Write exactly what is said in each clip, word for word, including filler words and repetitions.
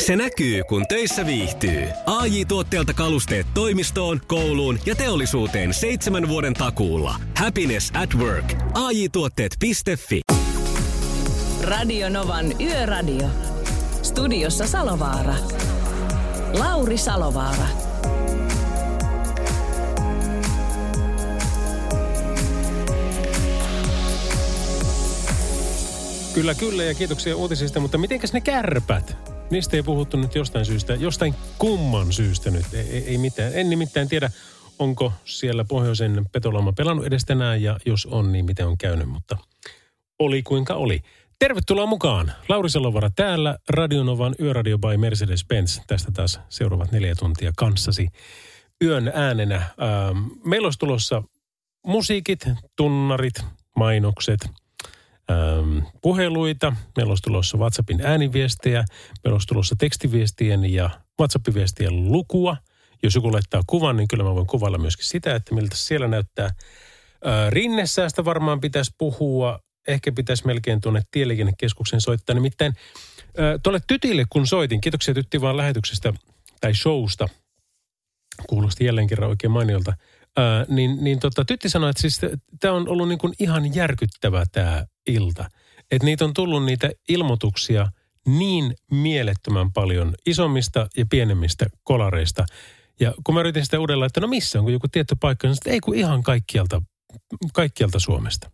Se näkyy, kun töissä viihtyy. A J-tuotteelta kalusteet toimistoon, kouluun ja teollisuuteen seitsemän vuoden takuulla. Happiness at work. A J tuotteet piste fi. Radio Novan Yöradio. Studiossa Salovaara. Lauri Salovaara. Kyllä, kyllä ja kiitoksia uutisista, mutta mitenkäs ne kärpät? Niistä ei puhuttu nyt jostain syystä, jostain kumman syystä nyt, ei, ei, ei mitään. En nimittäin tiedä, onko siellä pohjoisen petolauma pelannut edes tänään ja jos on, niin miten on käynyt, mutta oli kuinka oli. Tervetuloa mukaan. Lauri Salovaara täällä, Radio Novan Yöradio by Mercedes-Benz. Tästä taas seuraavat neljä tuntia kanssasi yön äänenä. Ähm, meillä olisi tulossa musiikit, tunnarit, mainokset, ähm, puheluita. Meillä olisi tulossa WhatsAppin ääniviestejä. Meillä olisi tulossa tekstiviestien ja WhatsApp-viestien lukua. Jos joku laittaa kuvan, niin kyllä mä voin kuvailla myöskin sitä, että miltä siellä näyttää. Äh, Rinnesäästä varmaan pitäisi puhua. Ehkä pitäisi melkein tuonne Tieliikennekeskuksen soittaa. Nimittäin äh, tuolle Tytille kun soitin, kiitoksia Tytti vaan lähetyksestä tai showsta, kuulosti jälleen kerran oikein mainiolta, äh, niin, niin tota, Tytti sanoi, että siis tämä on ollut niin kuin ihan järkyttävä tämä ilta. Että niitä on tullut niitä ilmoituksia niin mielettömän paljon isommista ja pienemmistä kolareista. Ja kun mä yritin sitä uudella, että no missä on, kun joku tietty paikka, niin ei kun ihan kaikkialta, kaikkialta Suomesta.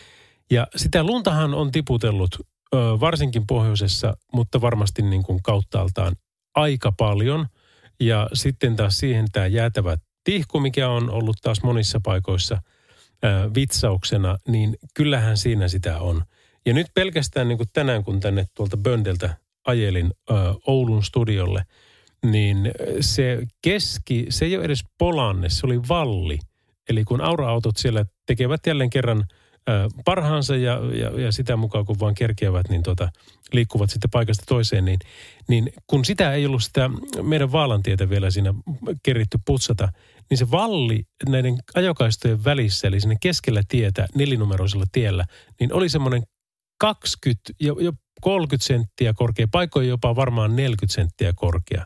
Ja sitä luntahan on tiputellut ö, varsinkin pohjoisessa, mutta varmasti niin kuin kauttaaltaan aika paljon. Ja sitten taas siihen tämä jäätävä tihku, mikä on ollut taas monissa paikoissa ö, vitsauksena, niin kyllähän siinä sitä on. Ja nyt pelkästään niin kuin tänään, kun tänne tuolta Böndeltä ajelin ö, Oulun studiolle, niin se keski, se ei ole edes polanne, se oli valli. Eli kun aura-autot siellä tekevät jälleen kerran parhaansa ja, ja, ja sitä mukaan, kun vaan kerkeävät, niin tota, liikkuvat sitten paikasta toiseen, niin, niin kun sitä ei ollut sitä meidän Vaalantietä vielä siinä keritty putsata, niin se valli näiden ajokaistojen välissä, eli sinne keskellä tietä, nelinumeroisella tiellä, niin oli semmoinen kaksikymmentä, jo, jo kolmekymmentä senttiä korkea, paikoin jopa varmaan neljäkymmentä senttiä korkea.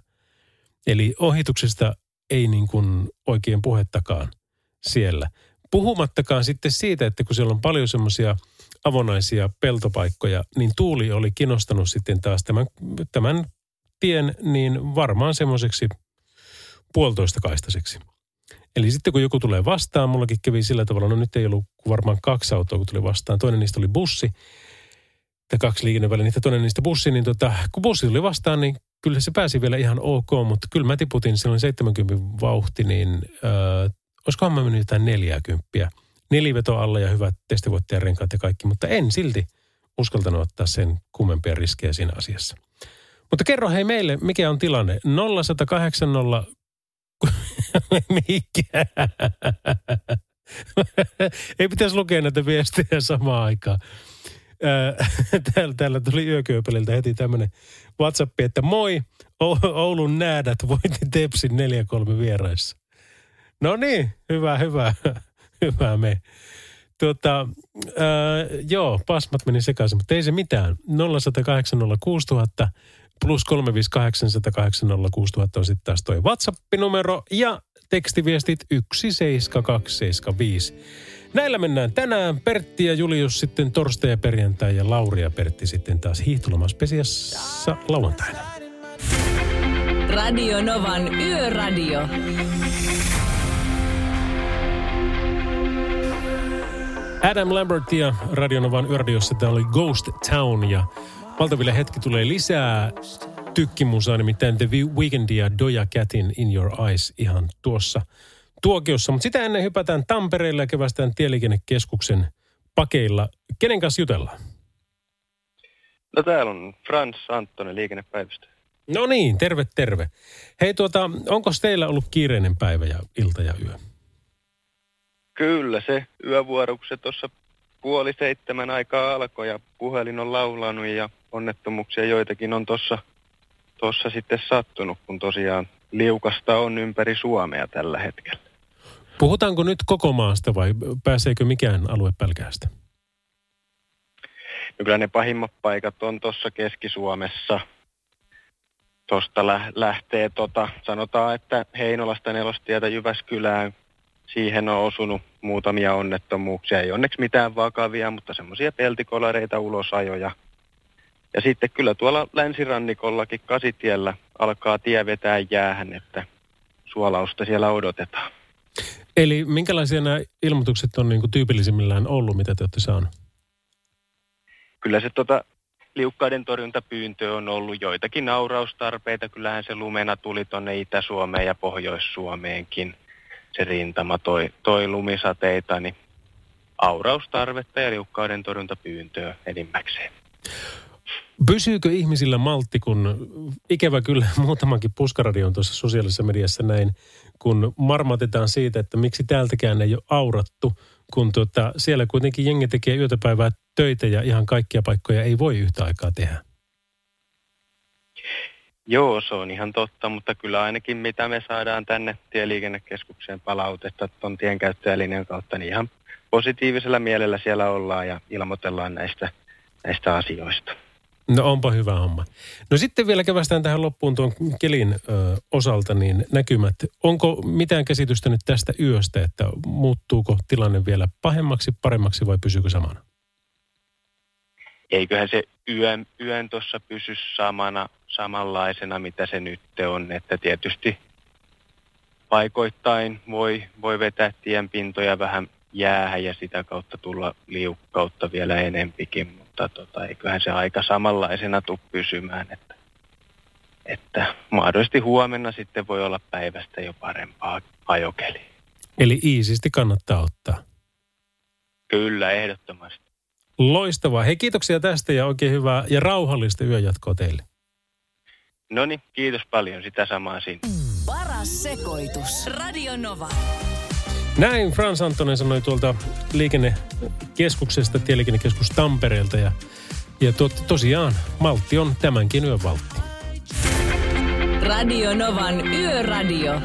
Eli ohituksesta ei niin kuin oikein puhettakaan siellä. Puhumattakaan sitten siitä, että kun siellä on paljon semmoisia avonaisia peltopaikkoja, niin tuuli oli kinostanut sitten taas tämän, tämän tien niin varmaan semmoiseksi puolitoista kaistaiseksi. Eli sitten kun joku tulee vastaan, mullakin kävi sillä tavalla, no nyt ei ollut varmaan kaksi autoa, kun tuli vastaan. Toinen niistä oli bussi, tai kaksi liikennevälineitä, toinen niistä bussi, niin tota, kun bussi tuli vastaan, niin kyllä se pääsi vielä ihan ok, mutta kyllä mä tiputin silloin seitsemänkymmentä vauhti, niin Äh, olisikohan mä mennyt jotain neljäkymppiä. Neliveto alla ja hyvät testivoittajan renkaat ja kaikki, mutta en silti uskaltanut ottaa sen kummempia riskejä siinä asiassa. Mutta kerro hei meille, mikä on tilanne? nolla yksi nolla kahdeksan nolla Mikä? Ei pitäisi lukea näitä viestejä samaan aikaan. Täällä, täällä tuli Yökyöpeliltä heti tämmöinen WhatsApp, että moi, Oulun näädät voitti Tepsin neljä kolme vieraissa. No niin, hyvä, hyvä, hyvä me. Tuota, ää, joo, pasmat meni sekaisin, mutta ei se mitään. nolla yksi nolla kahdeksan nolla kuusi nolla nolla nolla plus kolme viisi kahdeksan nolla kahdeksan nolla kuusi nolla nolla nolla on sitten taas toi WhatsApp-numero ja tekstiviestit yksi seitsemän kaksi seitsemän viisi. Näillä mennään tänään. Pertti ja Julius sitten torstai ja perjantai ja Lauri ja Pertti sitten taas hiihtolomaspesiassa lauantaina. Radio Novan Yöradio. Adam Lambert ja Radio Novan Yöradiossa tämä oli Ghost Town ja valtaville hetki tulee lisää tykkimusaa, nimittäin The Weeknd ja Doja Catin In Your Eyes ihan tuossa tuokiossa. Mutta sitä ennen hypätään Tampereella ja kevästään Tieliikennekeskuksen pakeilla. Kenen kanssa jutellaan? No täällä on Frans Anttonen liikennepäivystä. No niin, terve terve. Hei tuota, onko teillä ollut kiireinen päivä ja ilta ja yö? Kyllä se yövuorukset tuossa puoli seitsemän aikaa alkoi ja puhelin on laulanut ja onnettomuuksia joitakin on tuossa tossa sitten sattunut, kun tosiaan liukasta on ympäri Suomea tällä hetkellä. Puhutaanko nyt koko maasta vai pääseekö mikään alue pälkähästä? No kyllä ne pahimmat paikat on tuossa Keski-Suomessa. tuosta lä- lähtee, tota, sanotaan, että Heinolasta Nelostietä Jyväskylään. Siihen on osunut muutamia onnettomuuksia, ei onneksi mitään vakavia, mutta semmoisia peltikolareita, ulosajoja. Ja sitten kyllä tuolla länsirannikollakin Kasitiellä alkaa tie vetää jäähän, että suolausta siellä odotetaan. Eli minkälaisia nämä ilmoitukset on niin kuin tyypillisimmillään ollut, mitä te olette saaneet? Kyllä se tota, liukkaiden torjuntapyyntö on ollut joitakin auraustarpeita. Kyllähän se lumena tuli tuonne Itä-Suomeen ja Pohjois-Suomeenkin. Se rintama toi, toi lumisateita, niin auraustarvetta ja liukkaiden torjuntapyyntöä enimmäkseen. Pysyykö ihmisillä maltti, kun ikävä kyllä muutamankin puskaradio on tuossa sosiaalisessa mediassa näin, kun marmatetaan siitä, että miksi täältäkään ei ole aurattu, kun tuota, siellä kuitenkin jengi tekee yötäpäivää töitä ja ihan kaikkia paikkoja ei voi yhtä aikaa tehdä. Joo, se on ihan totta, mutta kyllä ainakin mitä me saadaan tänne tieliikennekeskukseen palautetta tuon tienkäyttäjälinjan kautta, niin ihan positiivisella mielellä siellä ollaan ja ilmoitellaan näistä, näistä asioista. No onpa hyvä homma. No sitten vielä kävästään tähän loppuun tuon kelin ö, osalta niin näkymät. Onko mitään käsitystä nyt tästä yöstä, että muuttuuko tilanne vielä pahemmaksi, paremmaksi vai pysyykö samana? Eiköhän se yön, yön tuossa pysy samana, samanlaisena, mitä se nyt on. Että tietysti paikoittain voi, voi vetää tienpintoja vähän jäähän ja sitä kautta tulla liukkautta vielä enempikin, mutta tota, eiköhän se aika samanlaisena tule pysymään, että, että mahdollisesti huomenna sitten voi olla päivästä jo parempaa ajokeliä. Eli iisisti kannattaa ottaa. Kyllä, ehdottomasti. Loistavaa. Hei, kiitoksia tästä ja oikein hyvää ja rauhallista yöjatkoa teille. No niin, kiitos paljon. Sitä samaa sinne. Paras sekoitus. Radio Nova. Näin Frans Antonen sanoi tuolta liikennekeskuksesta, tieliikennekeskus Tampereelta. Ja, ja to, tosiaan, maltti on tämänkin yön valtti. Radio Novan Yöradio.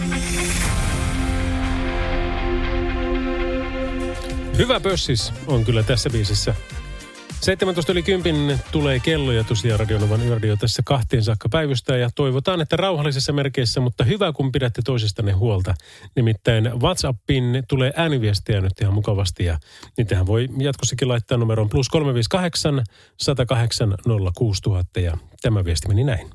Hyvä pössis on kyllä tässä biisissä. seitsemäntoista yli kympin tulee kello ja tosiaan Radio Novan Yöradio tässä kahteen saakka päivystää ja toivotaan, että rauhallisissa merkeissä, mutta hyvä kun pidätte toisistanne huolta. Nimittäin WhatsAppiin tulee ääniviestejä nyt ihan mukavasti ja niitähän voi jatkossakin laittaa numeroon plus kolme viisi kahdeksan, sata kahdeksan, nolla kuusi nolla nolla nolla ja tämä viesti meni näin.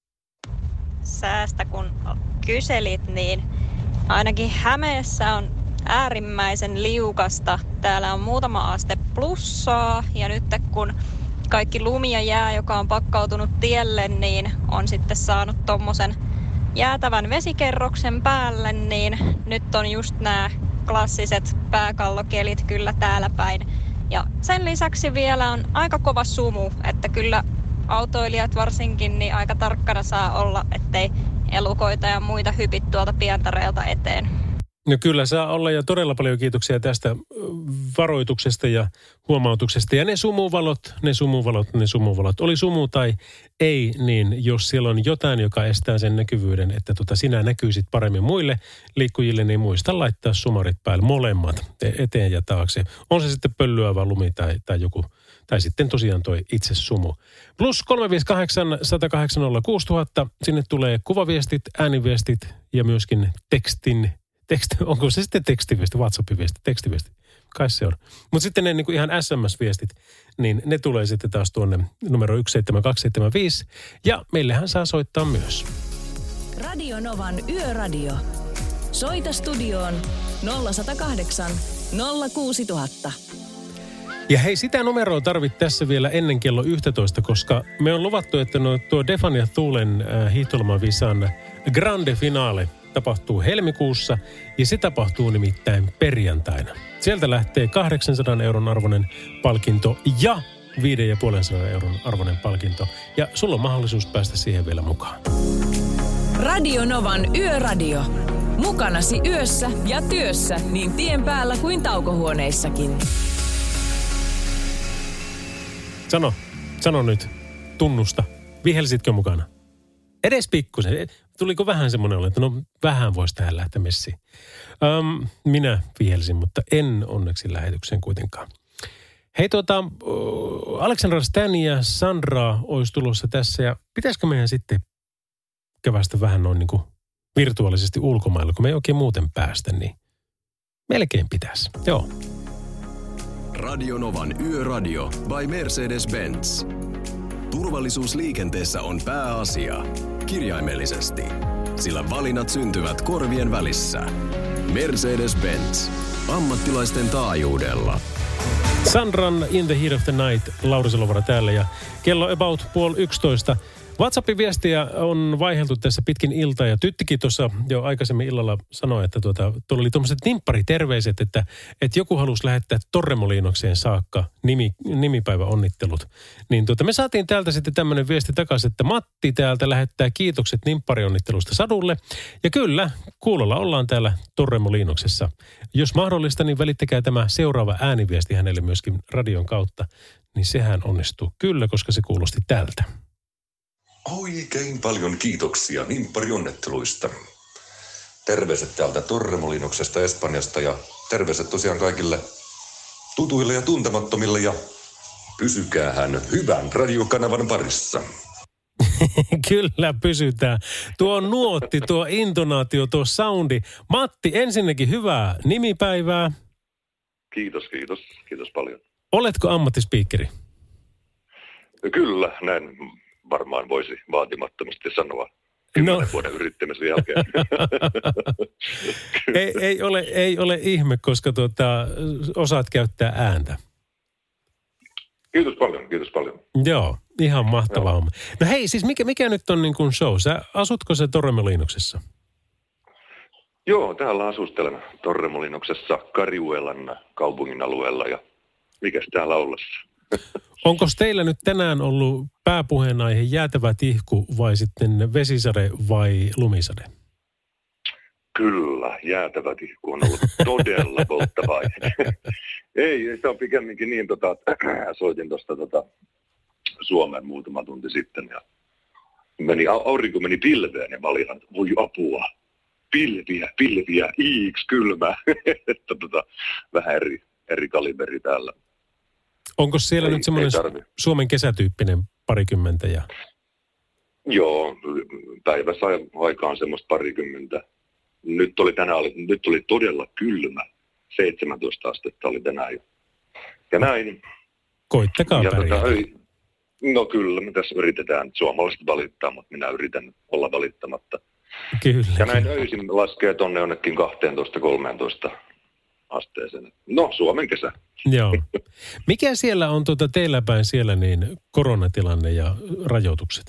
Säästä kun kyselit, niin ainakin Hämeessä on äärimmäisen liukasta. Täällä on muutama aste plussaa ja nyt kun kaikki lumi ja jää, joka on pakkautunut tielle, niin on sitten saanut tommosen jäätävän vesikerroksen päälle, niin nyt on just nämä klassiset pääkallokelit kyllä täällä päin. Ja sen lisäksi vielä on aika kova sumu, että kyllä autoilijat varsinkin niin aika tarkkana saa olla, ettei elukoita ja muita hypit tuolta Pientareelta eteen. No kyllä saa olla ja todella paljon kiitoksia tästä varoituksesta ja huomautuksesta. Ja ne sumuvalot, ne sumuvalot, ne sumuvalot. Oli sumu tai ei, niin jos siellä on jotain, joka estää sen näkyvyyden, että tota sinä näkyisit paremmin muille liikkujille, niin muista laittaa sumarit päälle molemmat eteen ja taakse. On se sitten pölyävä lumi tai, tai joku, tai sitten tosiaan toi itse sumu. Plus kolme viisi kahdeksan, sata kahdeksan, nolla kuusi nolla nolla nolla. Sinne tulee kuvaviestit, ääniviestit ja myöskin tekstin. Teksti, onko se sitten tekstiviesti, WhatsApp-viesti, tekstiviesti? Kai se on. Mutta sitten ne niin kuin ihan S M S-viestit, niin ne tulee sitten taas tuonne numero yksi seitsemän kaksi seitsemän viisi. Ja meillähän saa soittaa myös. Radio Novan Yöradio. Soita studioon nolla yksi nolla kahdeksan, nolla kuusi nolla nolla nolla. Ja hei, sitä numeroa tarvit tässä vielä ennen kello yksitoista, koska me on luvattu, että no, tuo Defan ja Thulen äh, hiihtolomavisan grande finale tapahtuu helmikuussa ja se tapahtuu nimittäin perjantaina. Sieltä lähtee kahdeksansadan euron arvoinen palkinto ja viisisataa euron arvoinen palkinto. Ja sulla on mahdollisuus päästä siihen vielä mukaan. Radio Novan Yöradio. Mukanasi yössä ja työssä niin tien päällä kuin taukohuoneissakin. Sano, sano nyt, tunnusta. Vihelsitkö mukana? Edes pikkusen. Tuliko vähän semmoinen olla, että no vähän voisi tähän lähteä messiin. Öm, minä vihelsin, mutta en onneksi lähetykseen kuitenkaan. Hei tuota, Aleksandra Stan ja Sandra olisi tulossa tässä ja pitäisikö meidän sitten kävästä vähän noin niin kuin virtuaalisesti ulkomailla, kun me ei oikein muuten päästä, niin melkein pitäisi. Joo. Radio Novan Yöradio by Mercedes-Benz. Turvallisuus liikenteessä on pääasia. Kirjaimellisesti. Sillä valinnat syntyvät korvien välissä. Mercedes-Benz. Ammattilaisten taajuudella. Sandran In the Heat of the Night, Lauri Salovara täällä ja kello about puoli yksitoista. WhatsAppin viestiä on vaiheltu tässä pitkin iltaa ja Tyttikin tuossa jo aikaisemmin illalla sanoi, että tuota, tuolla oli tuommoiset nimppariterveiset, että, että joku halusi lähettää Torremolinokseen saakka nimi, nimipäiväonnittelut. Niin tuota, me saatiin täältä sitten tämmöinen viesti takaisin, että Matti täältä lähettää kiitokset nimpparionnittelusta Sadulle. Ja kyllä, kuulolla ollaan täällä Torremolinoksessa. Jos mahdollista, niin välittäkää tämä seuraava ääniviesti hänelle myöskin radion kautta. Niin sehän onnistuu kyllä, koska se kuulosti tältä. Oikein paljon kiitoksia nimpparionnetteluista. Terveiset täältä Torremolinoksesta Espanjasta ja terveiset tosiaan kaikille tutuille ja tuntemattomille ja pysykäähän hyvän radiokanavan parissa. Kyllä pysytään. Tuo nuotti, tuo intonaatio, tuo soundi. Matti, ensinnäkin hyvää nimipäivää. Kiitos, kiitos. Kiitos paljon. Oletko ammattispiikkeri? Kyllä, näin varmaan voisi vaatimattomasti sanoa kymmenen no. vuoden yrittämisen jälkeen. ei, ei, ole, ei ole ihme, koska tuota, osaat käyttää ääntä. Kiitos paljon, kiitos paljon. Joo, ihan mahtava homma. No hei, siis mikä, mikä nyt on niin kuin show? Sä, asutko se Torremolinoksessa? Joo, täällä asustelen Torremolinoksessa Kariuelan kaupungin alueella ja mikäs täällä ollessa? Onko teillä nyt tänään ollut pääpuheenaihe jäätävä tihku vai sitten vesisade vai lumisade? Kyllä, jäätävä tihku on ollut todella polttava. Ei, se on pikemminkin niin, tota, soitin tuosta tota, Suomeen muutama tunti sitten ja meni, aurinko meni pilveen ja mä olin ihan, voi apua, pilviä, pilviä, iiksi kylmä, että tota, vähän eri, eri kaliberi täällä. Onko siellä ei, nyt semmoinen Suomen kesätyyppinen parikymmentä? Ja... Joo, päivässä aikaan semmoista parikymmentä. Nyt oli tänään, nyt oli todella kylmä. seitsemäntoista astetta oli tänään jo. Ja näin. Koittakaa ja pärjää. Tota, no kyllä, me tässä yritetään suomalaiset valittaa, mutta minä yritän olla valittamatta. Kyllä. Ja näin öisin laskee tonne jonnekin kaksitoista kolmetoista asteeseen. No, Suomen kesä. Joo. Mikä siellä on tuota teillä päin siellä niin koronatilanne ja rajoitukset?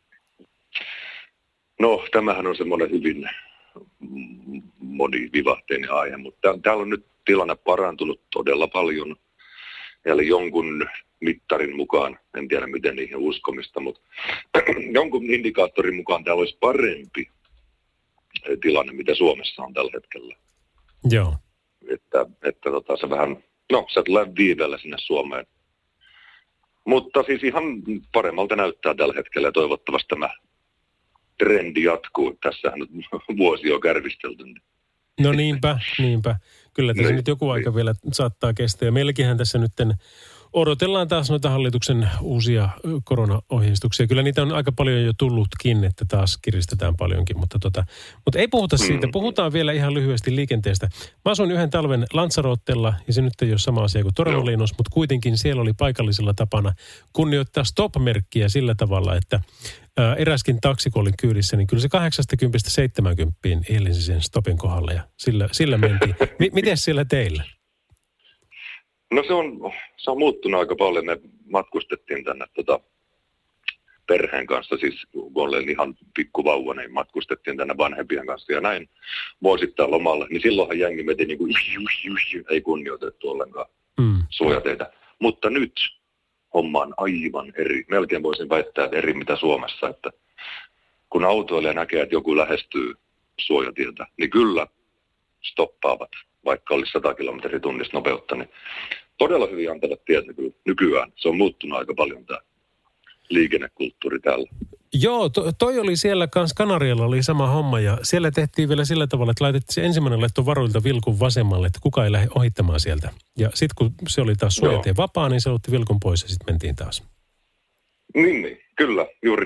No, tämähän on semmoinen hyvin monivivahteinen aihe, mutta täällä on nyt tilanne parantunut todella paljon. Eli jonkun mittarin mukaan, en tiedä miten niihin uskomista, mutta jonkun indikaattorin mukaan täällä olisi parempi tilanne, mitä Suomessa on tällä hetkellä. Joo. Että, että tota, se vähän, no se tulee viiveellä sinne Suomeen. Mutta siis ihan paremmalta näyttää tällä hetkellä ja toivottavasti tämä trendi jatkuu. Tässähän nyt vuosi on kärvistelty. No niinpä, niinpä. Kyllä tässä niin, nyt joku aika niin. vielä saattaa kestää. Ja meilläkinhän tässä nyt odotellaan taas noita hallituksen uusia koronaohjeistuksia. Kyllä niitä on aika paljon jo tullutkin, että taas kiristetään paljonkin. Mutta, tota, mutta ei puhuta siitä. Puhutaan vielä ihan lyhyesti liikenteestä. Mä asun yhden talven Lanzarotella ja se nyt ei ole sama asia kuin Torremolinos, mutta kuitenkin siellä oli paikallisella tapana kunnioittaa stop-merkkiä sillä tavalla, että ää, eräskin taksikollin kyydissä, niin kyllä se kahdeksastakymmenestä seitsemäänkymmeneen eilisi sen stopin kohdalla ja sillä, sillä mentiin. M- miten siellä teillä? No se on, se on muuttunut aika paljon. Me matkustettiin tänne tota, perheen kanssa, siis kun olen ihan pikkuvauva, niin matkustettiin tänne vanhempien kanssa ja näin vuosittain lomalle. Niin silloinhan jengi meti niin kuin ei kunnioitettu ollenkaan mm. suojateitä. Mutta nyt homma on aivan eri. Melkein voisin väittää, että eri mitä Suomessa. Että kun autoilija näkee, että joku lähestyy suojatietä, niin kyllä stoppaavat, vaikka olisi sata kilometriä tunnissa nopeutta, niin todella hyvin antavat tietä kyllä nykyään. Se on muuttunut aika paljon tämä liikennekulttuuri täällä. Joo, to, toi oli siellä kanssa, Kanarialla oli sama homma ja siellä tehtiin vielä sillä tavalla, että laitettiin se ensimmäinen laitto varuilta vilkun vasemmalle, että kukaan ei lähde ohittamaan sieltä. Ja sitten kun se oli taas suojatie vapaa, niin se otti vilkun pois ja sitten mentiin taas. Niin, niin, kyllä, juuri näin.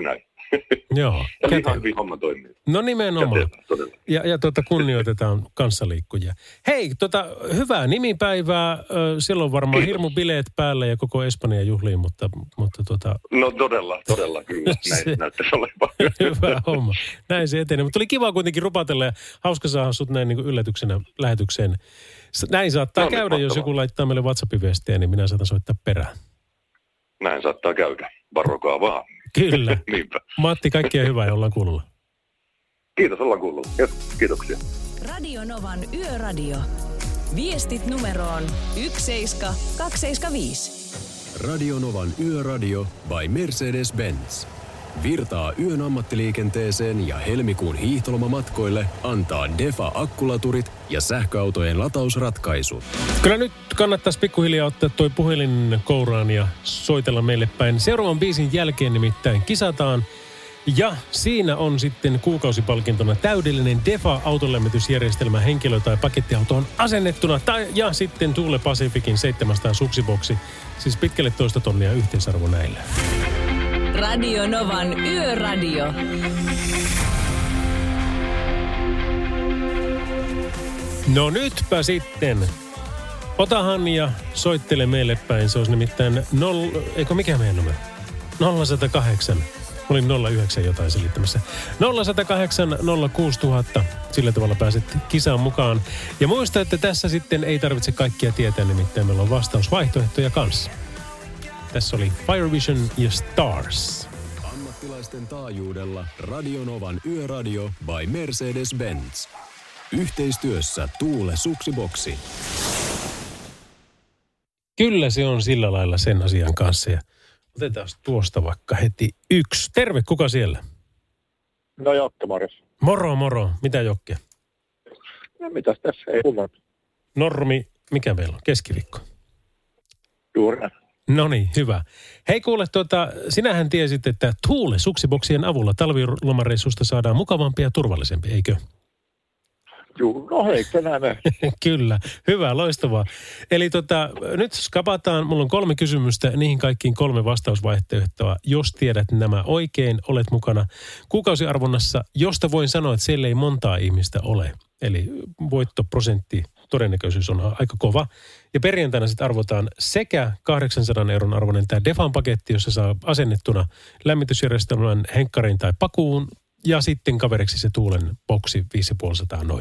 Joo. Ja Käte- ihan hyvin homma toimii. No nimenomaan. Käteellä, todella. Ja, ja tota, kunnioitetaan kanssaliikkujia. Hei, tota, hyvää nimipäivää. Ö, Siellä on varmaan Kiitos. hirmu bileet päällä ja koko Espanja juhliin, mutta, mutta tota, No todella, todella kyllä. Näin Se- näyttäisi olevan. hyvä homma. Näin se etenee. Mutta oli kiva kuitenkin rupatella ja hauska saada sut näin niin kuin yllätyksenä lähetykseen. S- Näin saattaa No niin, käydä, jos mahtavaa. joku laittaa meille WhatsAppin viestiä, niin minä saatan soittaa perään. Näin saattaa käydä. Varokaa vaan. Kyllä. Niinpä. Matti, kaikkea hyvää ja ollaan kuulolla. Kiitos, ollaan kuullut. Yes, kiitoksia. Radio Novan Yöradio. Viestit numeroon yksi seitsemän kaksi seitsemän viisi. Radio Novan Yöradio by Mercedes-Benz. Virtaa yön ammattiliikenteeseen ja helmikuun hiihtolomamatkoille antaa Defa-akkulaturit ja sähköautojen latausratkaisut. Kyllä nyt kannattaisi pikkuhiljaa ottaa toi puhelin kouraan ja soitella meille päin. Seuraavan biisin jälkeen nimittäin kisataan. Ja siinä on sitten kuukausipalkintona täydellinen Defa-autolämmitysjärjestelmä henkilö- tai pakettiautoon asennettuna. Tai, ja sitten Tuule Pacificin seitsemänsataa suksiboksi. Siis pitkälle toista tonnia yhteisarvo näillä. Radio Novan Yöradio. No nytpä sitten. Otahan ja soittele meille päin. Se olisi nimittäin noll... Eikö mikä meidän numero? nolla yksi nolla kahdeksan. Olin nolla yhdeksän jotain selittämässä. nolla yksi nolla kahdeksan nolla kuusi nolla nolla nolla. Sillä tavalla pääset kisaan mukaan. Ja muista, että tässä sitten ei tarvitse kaikkia tietää, nimittäin meillä on vastausvaihtoehtoja kanssa. Tässä oli Fire Vision ja Stars. Ammattilaisten taajuudella Radio Novan Yöradio by Mercedes-Benz. Yhteistyössä Tuule Suksiboksi. Kyllä se on sillä lailla sen asian kanssa. Ja otetaan tuosta vaikka heti yksi. Terve, kuka siellä? No Jokke, morjes. Moro, moro. Mitä Jokke? No mitäs tässä ei kunnat. Normi, mikä meillä on? Keskiviikko. Juuri näin. No niin, hyvä. Hei kuule, tuota, sinähän tiesit, että Tuule Suksiboksien avulla talvilomareissusta saadaan mukavampi ja turvallisempi, eikö? Juu, no hei, tänään me. Kyllä, hyvä, loistavaa. Eli tota, nyt skapataan, mulla on kolme kysymystä, niihin kaikkiin kolme vastausvaihtoehtoa. Jos tiedät nämä oikein, olet mukana kuukausiarvonnassa, josta voin sanoa, että siellä ei montaa ihmistä ole. Eli voittoprosentti, todennäköisyys on aika kova. Ja perjantaina sitten arvotaan sekä kahdeksansadan euron arvoinen tämä Defan paketti, jossa saa asennettuna lämmitysjärjestelmän henkkarin tai pakuun, ja sitten kaveriksi se Tuulen boksi viisituhattaviisisataa noin.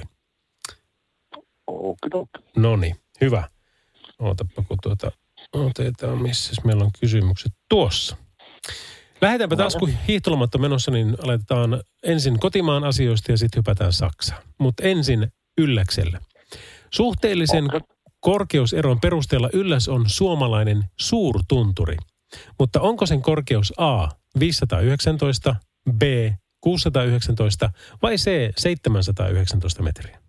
Okei, No niin, hyvä. Ootapa, kun tuota, otetaan, missä meillä on kysymykset tuossa. Lähdetäänpä taas, kun hiihtolomat on menossa, niin aletetaan ensin kotimaan asioista ja sitten hypätään Saksaan. Mutta ensin Ylläkselle. Suhteellisen Okay. korkeuseron perusteella Ylläs on suomalainen suurtunturi. Mutta onko sen korkeus A viisisataayhdeksäntoista, B kuusisataayhdeksäntoista vai C seitsemänsataayhdeksäntoista metriä?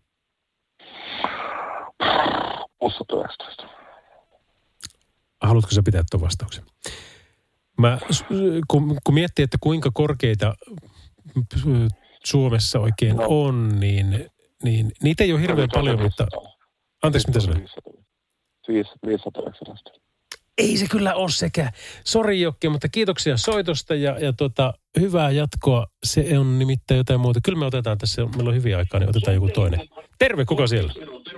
kuusisataayhdeksäntoista. Haluatko sä pitää tuon vastauksen? Mä, kun, kun miettii, että kuinka korkeita Suomessa oikein No. on, niin, niin niitä ei ole hirveän paljon, mutta... Anteeksi, mitä sanoit? viisisataayhdeksäntoista. Ei se kyllä ole sekä. Sori Jokke, mutta kiitoksia soitosta ja, ja tota, hyvää jatkoa. Se on nimittäin jotain muuta. Kyllä me otetaan tässä, meillä on hyviä aikaa, niin otetaan joku toinen. Terve, kuka siellä?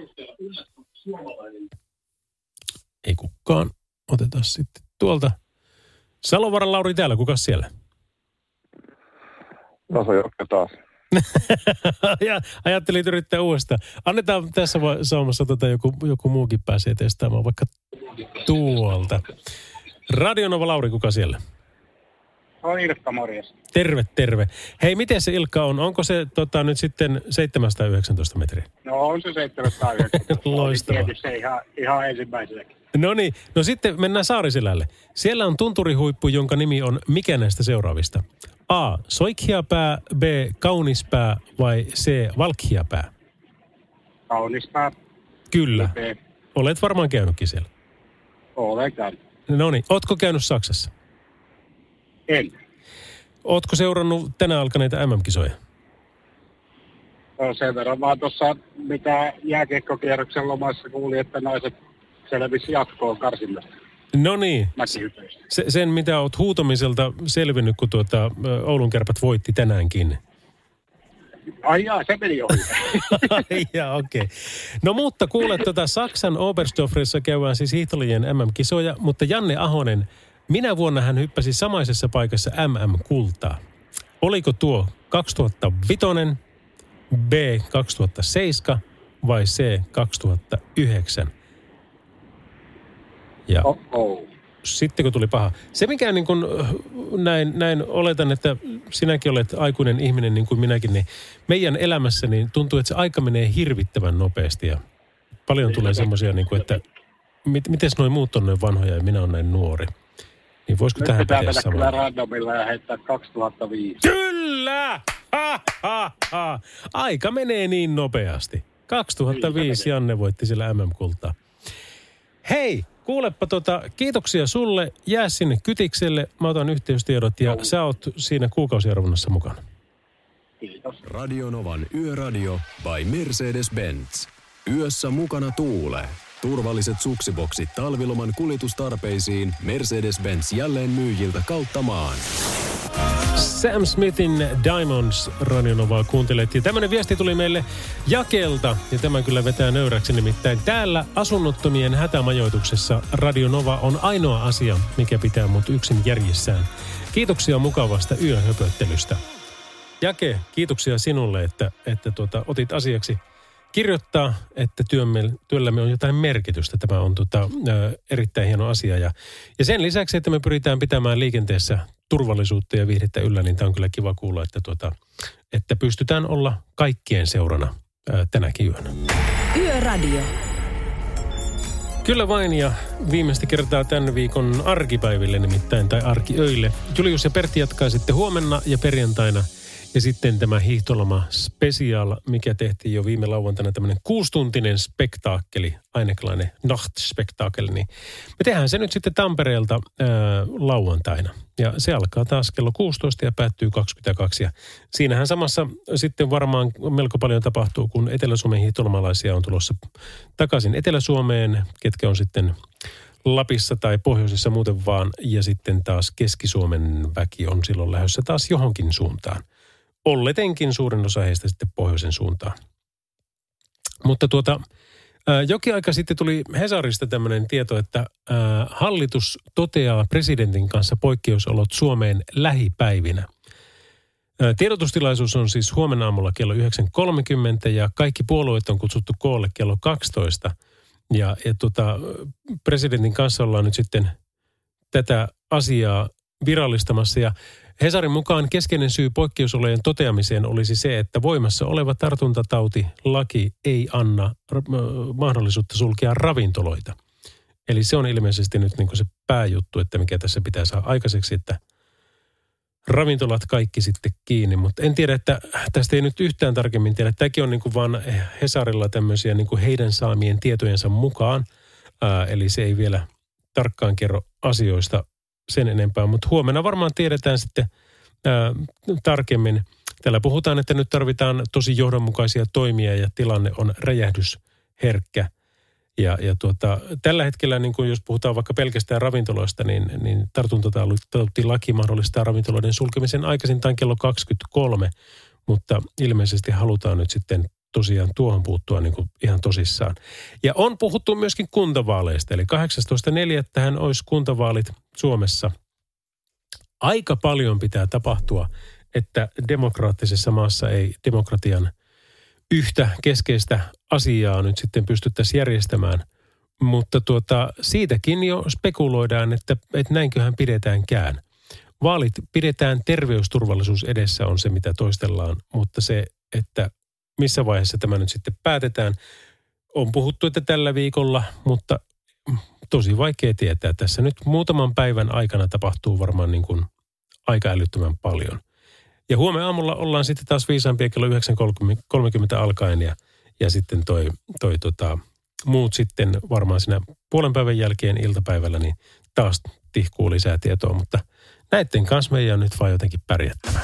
Ei kukaan. Otetaan sitten tuolta. Salovaaran Lauri täällä, kuka siellä? No se Jokke taas. Ja ajattelin yrittää uudestaan. Annetaan tässä va- saamassa tota joku, joku muukin pääsee testaamaan vaikka tuolta. Radio Nova Lauri, kuka siellä? On Ilkka, morjes. Terve, terve. Hei, miten se Ilkka on? Onko se tota, nyt sitten seitsemänsataayhdeksäntoista metriä? No on se seitsemänsataayhdeksäntoista. Loistavaa. Tietysti se ihan, ihan ensimmäiselläkin. No niin, no sitten mennään Saariselälle. Siellä on tunturihuippu, jonka nimi on mikä näistä seuraavista? A. Soikhiapää, B. Kaunispää vai C. Valkhiapää? Kaunispää. Kyllä. B. Olet varmaan käynytkin siellä. Olen käynyt. No niin, ootko käynyt Saksassa? En. Ootko seurannut tänään alkaneita M M-kisoja? No sen verran vaan tuossa, mitä jääkiekkokierroksen lomassa kuuli, että naiset selvisi jatkoon karsinnasta. No niin. Mäkiyhteisö. Se, sen, mitä oot huutomiselta selvinnyt, kun tuota, Oulun Kärpät voitti tänäänkin. Ai jaa, se meni ohi. Ai jaa, okei. Okay. No mutta kuule, tuota, Saksan Oberstdorfissa käydään siis hiihtolajien M M-kisoja, mutta Janne Ahonen, minä vuonna hän hyppäsi samaisessa paikassa M M-kultaa. Oliko tuo kaksituhattaviisi, B kaksituhattaseitsemän vai C kaksituhattayhdeksän? Ja Oh-oh. sitten kun tuli paha. Se mikä niin kuin näin, näin oletan, että sinäkin olet aikuinen ihminen niin kuin minäkin, niin meidän elämässä niin tuntuu, että se aika menee hirvittävän nopeasti ja paljon tulee semmoisia, niin kuin, että mit, miten noi muut on noin vanhoja ja minä olen näin nuori. Niin voisiko Nyt tähän pitää päteä mennä samaan? kyllä randomilla ja heittää kaksituhattaviisi. Kyllä! Ha, ha, ha. Aika menee niin nopeasti. kaksituhattaviisi Janne voitti sillä M M-kultaa. Hei, kuulepa tota, kiitoksia sulle. Jää sinne Kytikselle. Mä otan yhteystiedot ja sä oot siinä kuukausiarvonnassa mukana. Kiitos. Radio Novan Yöradio by Mercedes-Benz. Yössä mukana Tuule. Turvalliset suksiboksit talviloman kuljetustarpeisiin Mercedes-Benz jälleen myyjiltä kautta maan. Sam Smithin Diamonds Radio Novaa kuuntelet. Ja tämmönen viesti tuli meille Jakelta. Ja tämä kyllä vetää nöyräksi, nimittäin täällä asunnottomien hätämajoituksessa Radio Nova on ainoa asia, mikä pitää mut yksin järjissään. Kiitoksia mukavasta yöhöpöttelystä. Jake, kiitoksia sinulle, että, että tuota, otit asiaksi kirjoittaa, että työmme, työllämme on jotain merkitystä. Tämä on tota, ä, erittäin hieno asia. Ja, ja sen lisäksi, että me pyritään pitämään liikenteessä turvallisuutta ja viihdettä yllä, niin tämä on kyllä kiva kuulla, että, tuota, että pystytään olla kaikkien seurana ä, tänäkin yönä. Yöradio. Kyllä vain, ja viimeistä kertaa tämän viikon arkipäiville nimittäin, tai arkiöille. Julius ja Pertti jatkaa sitten huomenna ja perjantaina. Ja sitten tämä hiihtoloma special, mikä tehtiin jo viime lauantaina, tämmöinen kuustuntinen spektaakkeli, aineklainen nachtspektaakkeli, niin me tehdään se nyt sitten Tampereelta ää, lauantaina. Ja se alkaa taas kello kuusitoista ja päättyy kaksikymmentäkaksi. Ja siinähän samassa sitten varmaan melko paljon tapahtuu, kun Etelä-Suomen hiihtolomalaisia on tulossa takaisin Etelä-Suomeen, ketkä on sitten Lapissa tai pohjoisessa muuten vaan. Ja sitten taas Keski-Suomen väki on silloin lähdössä taas johonkin suuntaan. Olletenkin suurin osa heistä sitten pohjoisen suuntaan. Mutta tuota, ää, jokin aika sitten tuli Hesarista tämmöinen tieto, että ää, hallitus toteaa presidentin kanssa poikkeusolot Suomeen lähipäivinä. Ää, tiedotustilaisuus on siis huomenna aamulla kello yhdeksän kolmekymmentä ja kaikki puolueet on kutsuttu koolle kello kaksitoista. Ja, ja tuota, presidentin kanssa ollaan nyt sitten tätä asiaa virallistamassa ja Hesarin mukaan keskeinen syy poikkeusolojen toteamiseen olisi se, että voimassa oleva tartuntatautilaki ei anna mahdollisuutta sulkea ravintoloita. Eli se on ilmeisesti nyt niin kuin se pääjuttu, että mikä tässä pitää saada aikaiseksi, että ravintolat kaikki sitten kiinni. Mutta en tiedä, että tästä ei nyt yhtään tarkemmin tiedä. Tämäkin on niin kuin vaan Hesarilla tämmöisiä niin kuin heidän saamien tietojensa mukaan. Ää, eli se ei vielä tarkkaan kerro asioista sen enempää, mutta huomenna varmaan tiedetään sitten ää, tarkemmin. Täällä puhutaan, että nyt tarvitaan tosi johdonmukaisia toimia ja tilanne on räjähdysherkkä. Ja, ja tuota, tällä hetkellä, niin kuin jos puhutaan vaikka pelkästään ravintoloista, niin, niin tartuntatautilaki mahdollistaa ravintoloiden sulkemisen aikaisintaan kello kaksikymmentäkolme, mutta ilmeisesti halutaan nyt sitten tosiaan tuohon puuttua niin kuin ihan tosissaan. Ja on puhuttu myöskin kuntavaaleista, eli kahdeksastoista neljättä olisi kuntavaalit Suomessa. Aika paljon pitää tapahtua, että demokraattisessa maassa ei demokratian yhtä keskeistä asiaa nyt sitten pystyttäisiin järjestämään. Mutta tuota, siitäkin jo spekuloidaan, että, että näinköhän pidetäänkään. Vaalit pidetään, terveysturvallisuus edessä on se, mitä toistellaan, mutta se, että missä vaiheessa tämä nyt sitten päätetään. On puhuttu, että tällä viikolla, mutta tosi vaikea tietää. Tässä nyt muutaman päivän aikana tapahtuu varmaan niin kuin aika älyttömän paljon. Ja huomenna aamulla ollaan sitten taas viisaampia kello yhdeksän kolmekymmentä alkaen ja, ja sitten toi, toi tota, muut sitten varmaan siinä puolen päivän jälkeen iltapäivällä niin taas tihkuu lisää tietoa, mutta näiden kanssa meidän on nyt vaan jotenkin pärjättämään.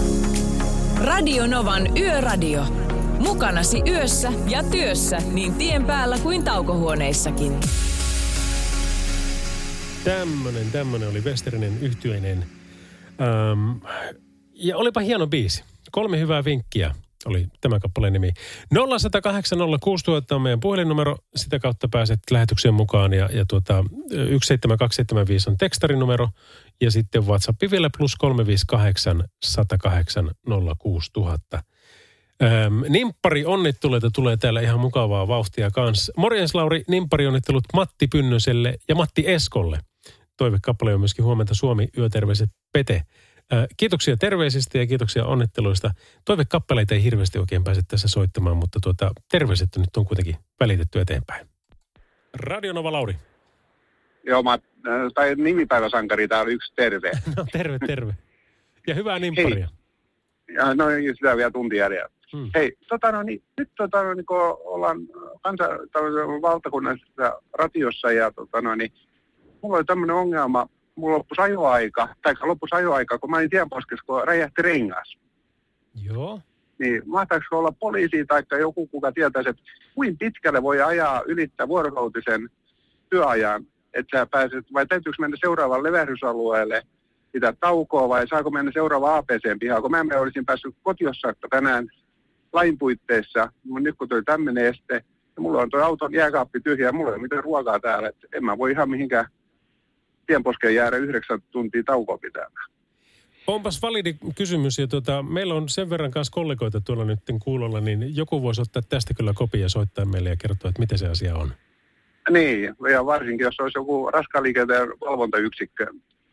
Radio Novan Yöradio. Mukanasi yössä ja työssä niin tien päällä kuin taukohuoneissakin. Tämmönen, tämmönen oli Westerinen yhtyeinen. Öm, ja olipa hieno biisi. Kolme hyvää vinkkiä oli tämä kappaleen nimi. nolla yksi nolla kahdeksan nolla kuusi nolla nolla nolla on meidän puhelinnumero. Sitä kautta pääset lähetykseen mukaan. Ja, ja tuota, yksi seitsemän kaksi seitsemän viisi on tekstarinumero. Ja sitten WhatsApp vielä plus kolme viisi kahdeksan yksi nolla kahdeksan nolla kuusi nolla nolla nolla. Öm, nimppari onnitteluita tulee täällä ihan mukavaa vauhtia kanssa. Morjens Lauri, nimppari onnittelut Matti Pynnöselle ja Matti Eskolle. Toivekappale on myöskin huomenta Suomi, yöterveiset Pete. Ää, kiitoksia terveisistä ja kiitoksia onnitteluista. Toivekappaleita ei hirveästi oikein pääse tässä soittamaan, mutta tuota, terveiset nyt on kuitenkin välitetty eteenpäin. Radio Nova Lauri. Joo, mä, tai nimipäiväsankari, tää oli yksi terve. No terve, terve. Ja hyvää nimpparia. Hei. Ja no sitä vielä tunti jäljellä. Hmm. Hei, tota no niin, nyt tota no niin, kun ollaan kansa, valtakunnallisessa radiossa ja tota no niin, mulla oli tämmöinen ongelma, mulla loppus ajoaika, tai loppus ajoaika, kun mä olin tienposkessa, kun räjähti rengas. Joo. Niin mahtaako olla poliisi tai joku, kuka tietäisi, että kuinka pitkälle voi ajaa ylittää vuorokautisen työajan, että sä pääset, vai täytyykö mennä seuraavalle levähdysalueelle, pitää taukoa, vai saako mennä seuraava A P C:n pihaan, kun mä en olisin päässyt kotiossa tänään lain puitteissa, mun nyt kun tuli tämmöinen este, ja mulla on tuo auton jääkaappi tyhjä, ja mulla ei ole mitään ruokaa täällä, että en mä voi ihan mihinkään tienposkeen jäädä yhdeksän tuntia taukoa pitämään. Onpas validi kysymys, ja tuota, meillä on sen verran kanssa kollegoita tuolla nyt kuulolla, niin joku voisi ottaa tästä kyllä kopia ja soittaa meille ja kertoa, että miten se asia on. Niin, ja varsinkin jos olisi joku raskaan liikenteen valvontayksikkö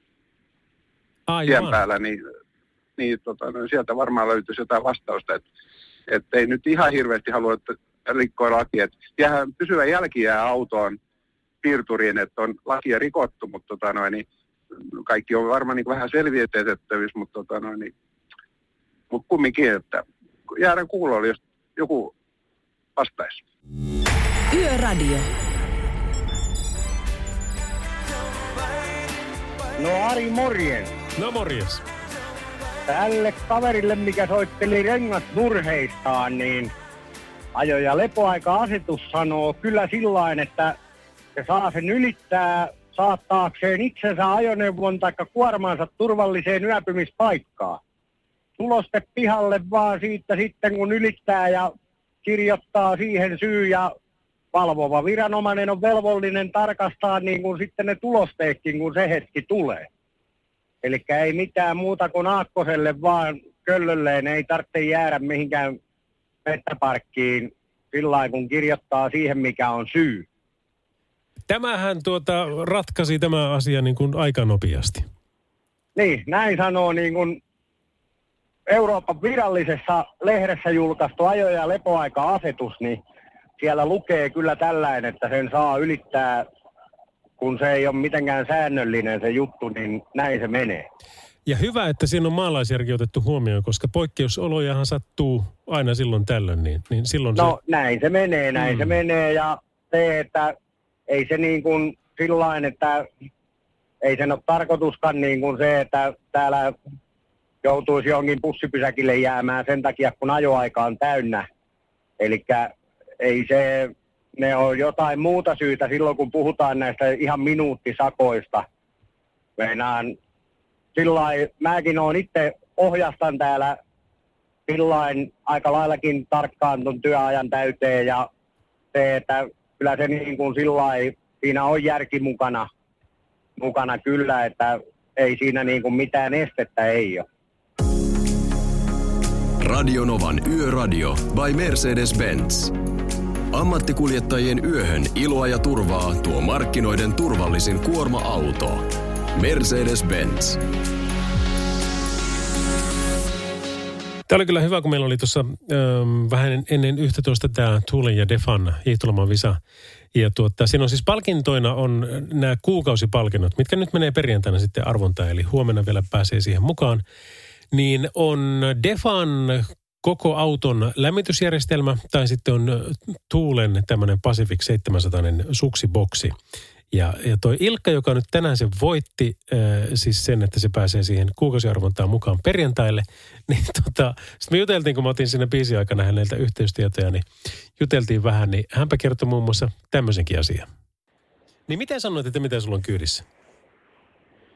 tien päällä, niin, niin tota, no, sieltä varmaan löytyisi jotain vastausta, että et ei nyt ihan hirveästi halua rikkoa lakia. Jäähän pysyvä jälki jää autoon piirturiin, että on lakia rikottu, mutta tota, no, niin, kaikki on varmaan niin vähän selvitettävissä, mutta tota, no, niin, mut kumminkin, että jäädään kuulolle, jos joku vastaisi. Yöradio. No Ari, morjens. No morjens. Tälle kaverille, mikä soitteli rengasmurheistaan, niin ajo- ja lepoaika-asetus sanoo kyllä sillain, että se saa sen ylittää saattaakseen itsensä ajoneuvon tai kuormaansa turvalliseen yöpymispaikkaan. Tuloste pihalle vaan siitä sitten, kun ylittää ja kirjoittaa siihen syy ja valvova viranomainen on velvollinen tarkastaa niin kuin sitten ne tulosteetkin, kun se hetki tulee. Eli ei mitään muuta kuin aakkoselle vaan köllölleen, ei tarvitse jäädä mihinkään mettäparkkiin sillä kun kirjoittaa siihen, mikä on syy. Tämähän tuota ratkaisi tämä asia niin kuin aika nopeasti. Niin, näin sanoo niin kuin Euroopan virallisessa lehdessä julkaistu ajo- ja lepoaika-asetus, niin siellä lukee kyllä tällainen, että sen saa ylittää, kun se ei ole mitenkään säännöllinen se juttu, niin näin se menee. Ja hyvä, että siinä on maalaisjärki otettu huomioon, koska poikkeusolojahan sattuu aina silloin tällöin, niin, niin silloin no, se... No näin se menee, näin mm. se menee ja se, että ei se niin kuin sillain, että ei sen ole tarkoituskaan niin kuin se, että täällä joutuisi jonkin bussipysäkille jäämään sen takia, kun ajoaika on täynnä. Elikkä ei se, ne on jotain muuta syytä silloin, kun puhutaan näistä ihan minuuttisakoista. Meinaan sillain, mäkin oon itse ohjastan täällä sillain aika laillakin tarkkaan ton työajan täyteen ja se, että kyllä se niin kuin sillain, siinä on järki mukana, mukana kyllä, että ei siinä niin kuin mitään estettä ei ole. Radio Novan Yöradio by Mercedes-Benz. Ammattikuljettajien yöhön iloa ja turvaa tuo markkinoiden turvallisin kuorma-auto. Mercedes-Benz. Tämä oli kyllä hyvä, kun meillä oli tuossa ähm, vähän ennen yksitoista tämä Tuulen ja Defan hiihtoloman visa. Ja tuota, siinä on siis palkintoina on nämä kuukausipalkinnot, mitkä nyt menee perjantaina sitten arvontaan, eli huomenna vielä pääsee siihen mukaan. Niin on Defan koko auton lämmitysjärjestelmä tai sitten on Tuulen tämmöinen Pacific seitsemänsataa suksiboksi. Ja, ja toi Ilkka, joka nyt tänään se voitti, äh, siis sen, että se pääsee siihen kuukausiarvontaan mukaan perjantaille, niin tota, sitten me juteltiin, kun mä otin siinä biisin aikana häneltä yhteystietoja, niin juteltiin vähän, niin hänpä kertoi muun muassa tämmöisenkin asian. Niin miten sanoit, että mitä sulla on kyydissä?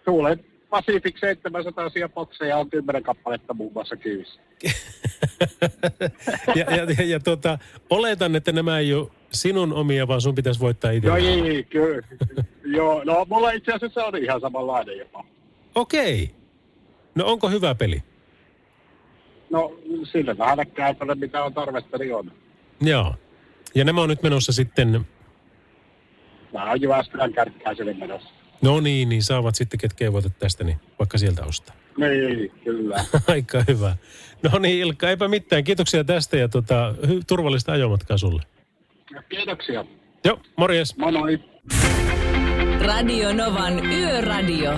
Tuulen Pacific seitsemänsataa bokseja on kymmenen kappaletta muun muassa kyyvissä. ja ja, ja, ja tota, oletan, että nämä ei ole sinun omia, vaan sun pitäisi voittaa itse. Joo, ei, kyllä. Joo, no mulla itse asiassa on ihan samanlainen jopa. Okei. Okay. No onko hyvä peli? No sille vähän käytölle, mitä on tarvetta, niin on. Joo. Ja nämä on nyt menossa sitten... Nämä on Jyväskylän Kärkkäiselle menossa. No niin, niin saavat sitten, ketkä ei voita tästä, niin vaikka sieltä ostaa. Niin, kyllä. Aika hyvä. No niin, Ilkka, eipä mitään. Kiitoksia tästä ja tota, hy- turvallista ajomatkaa sulle. Kiitoksia. Joo, morjes. Moi moi. Radio Novan Yöradio.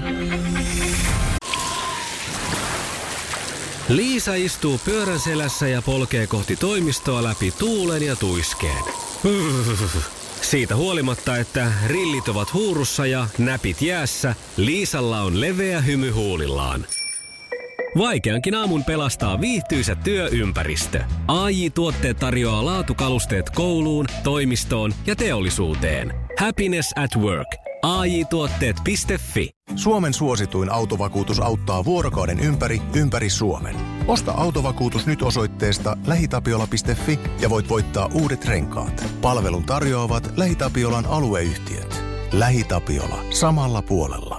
Liisa istuu pyörän selässä ja polkee kohti toimistoa läpi tuulen ja tuiskeen. Siitä huolimatta, että rillit ovat huurussa ja näpit jäässä, Liisalla on leveä hymy huulillaan. Vaikeankin aamun pelastaa viihtyisä työympäristö. A J-tuotteet tarjoaa laatukalusteet kouluun, toimistoon ja teollisuuteen. Happiness at work. A J tuotteet piste fi. Suomen suosituin autovakuutus auttaa vuorokauden ympäri, ympäri Suomen. Osta autovakuutus nyt osoitteesta lähitapiola piste fi ja voit voittaa uudet renkaat. Palvelun tarjoavat LähiTapiolan alueyhtiöt. LähiTapiola. Samalla puolella.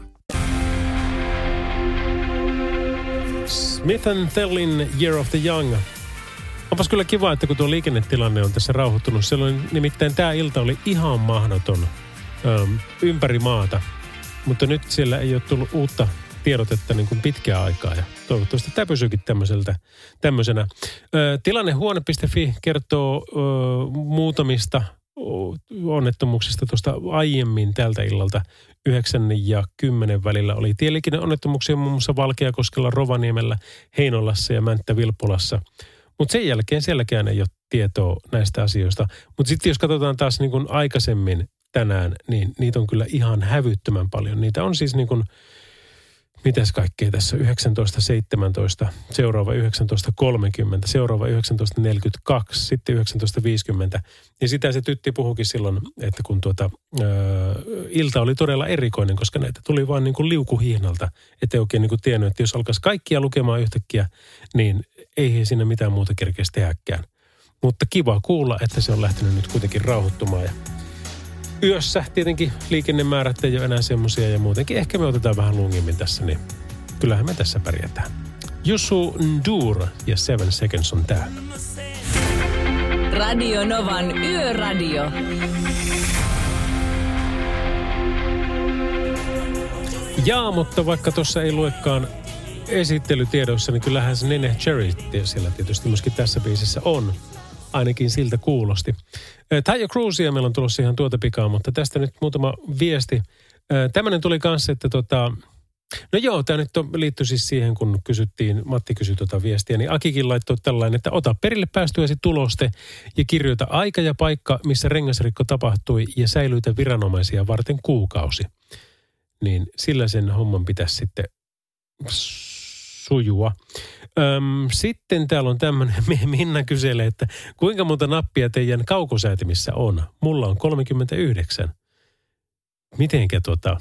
Smith and Tellin Year of the Young. Onpas kyllä kiva, että kun tuo liikennetilanne on tässä rauhoittunut. Silloin nimittäin tämä ilta oli ihan mahdoton öm, ympäri maata. Mutta nyt siellä ei ole tullut uutta tiedotetta niin kuin pitkää aikaa. Ja toivottavasti tämä pysyykin tämmöiseltä, tämmöisenä. Ö, tilannehuone piste fi kertoo ö, muutamista onnettomuuksista tuosta aiemmin tältä illalta. yhdeksän ja kymmenen välillä oli tieliikenneonnettomuuksia muun muassa Valkeakoskella, Rovaniemellä, Heinolassa ja Mänttä-Vilppulassa. Mutta sen jälkeen sielläkään ei ole tietoa näistä asioista. Mutta sitten jos katsotaan taas niin kuin aikaisemmin tänään, niin niitä on kyllä ihan hävyttömän paljon. Niitä on siis niin kuin, mitäs kaikkea tässä, yhdeksäntoista seitsemäntoista, seuraava yhdeksäntoista kolmekymmentä, seuraava yhdeksäntoista neljäkymmentäkaksi, sitten yhdeksäntoista viisikymmentä. Ja sitä se tytti puhukin silloin, että kun tuota, ö, ilta oli todella erikoinen, koska näitä tuli vaan niin kuin liukuhihnalta, ettei oikein niin kuin tiennyt, että jos alkaisi kaikkia lukemaan yhtäkkiä, niin ei siinä mitään muuta kerkeäisi tehdäkään. Mutta kiva kuulla, että se on lähtenyt nyt kuitenkin rauhoittumaan. Ja yössä tietenkin liikennemäärät ei ole enää semmoisia ja muutenkin ehkä me otetaan vähän lungimmin tässä, niin kyllähän me tässä pärjätään. Jussu Ndur ja Seven Seconds on tää. Radio Novan Yöradio. Jaa, mutta vaikka tuossa ei luekaan esittelytiedoissa, niin kyllähän se Nene Cherry siellä tietysti myöskin tässä biisissä on. Ainakin siltä kuulosti. Taija Cruzia meillä on tulossa ihan tuota pikaa, mutta tästä nyt muutama viesti. Tämmöinen tuli kanssa, että tota... No joo, tämä nyt on, liittyy siis siihen, kun kysyttiin, Matti kysyi tuota viestiä, niin Akikin laittoi tällainen, että ota perille päästyäsi tuloste ja kirjoita aika ja paikka, missä rengasrikko tapahtui ja säilytä viranomaisia varten kuukausi. Niin sillä sen homman pitäisi sitten sujua. Öm, sitten täällä on tämmöinen, Minna kyselee, että kuinka monta nappia teidän kaukosäätimissä on? Mulla on kolmekymmentäyhdeksän. Mitenkä tota...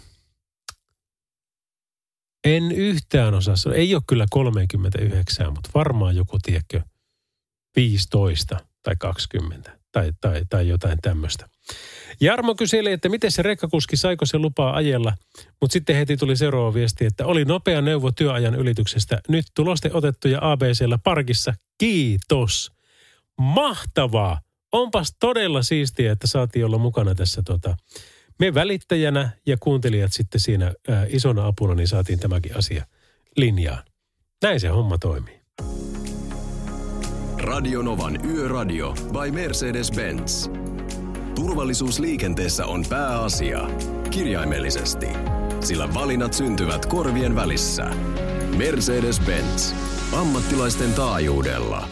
En yhtään osaa. Ei ole kyllä kolmekymmentäyhdeksän, mutta varmaan joku, tiedätkö, viisitoista tai kaksikymmentä tai, tai, tai jotain tämmöistä. Jarmo kyseli, että miten se rekkakuski, saiko se lupaa ajella, mutta sitten heti tuli seuraava viesti, että oli nopea neuvo työajan ylityksestä. Nyt tuloste otettu ja A B C:llä parkissa. Kiitos. Mahtavaa. Onpas todella siistiä, että saatiin olla mukana tässä tota... Me välittäjänä ja kuuntelijat sitten siinä ää, isona apuna, niin saatiin tämäkin asia linjaan. Näin se homma toimii. Radio Novan Yöradio by Mercedes-Benz. Turvallisuus liikenteessä on pääasia. Kirjaimellisesti. Sillä valinnat syntyvät korvien välissä. Mercedes-Benz. Ammattilaisten taajuudella.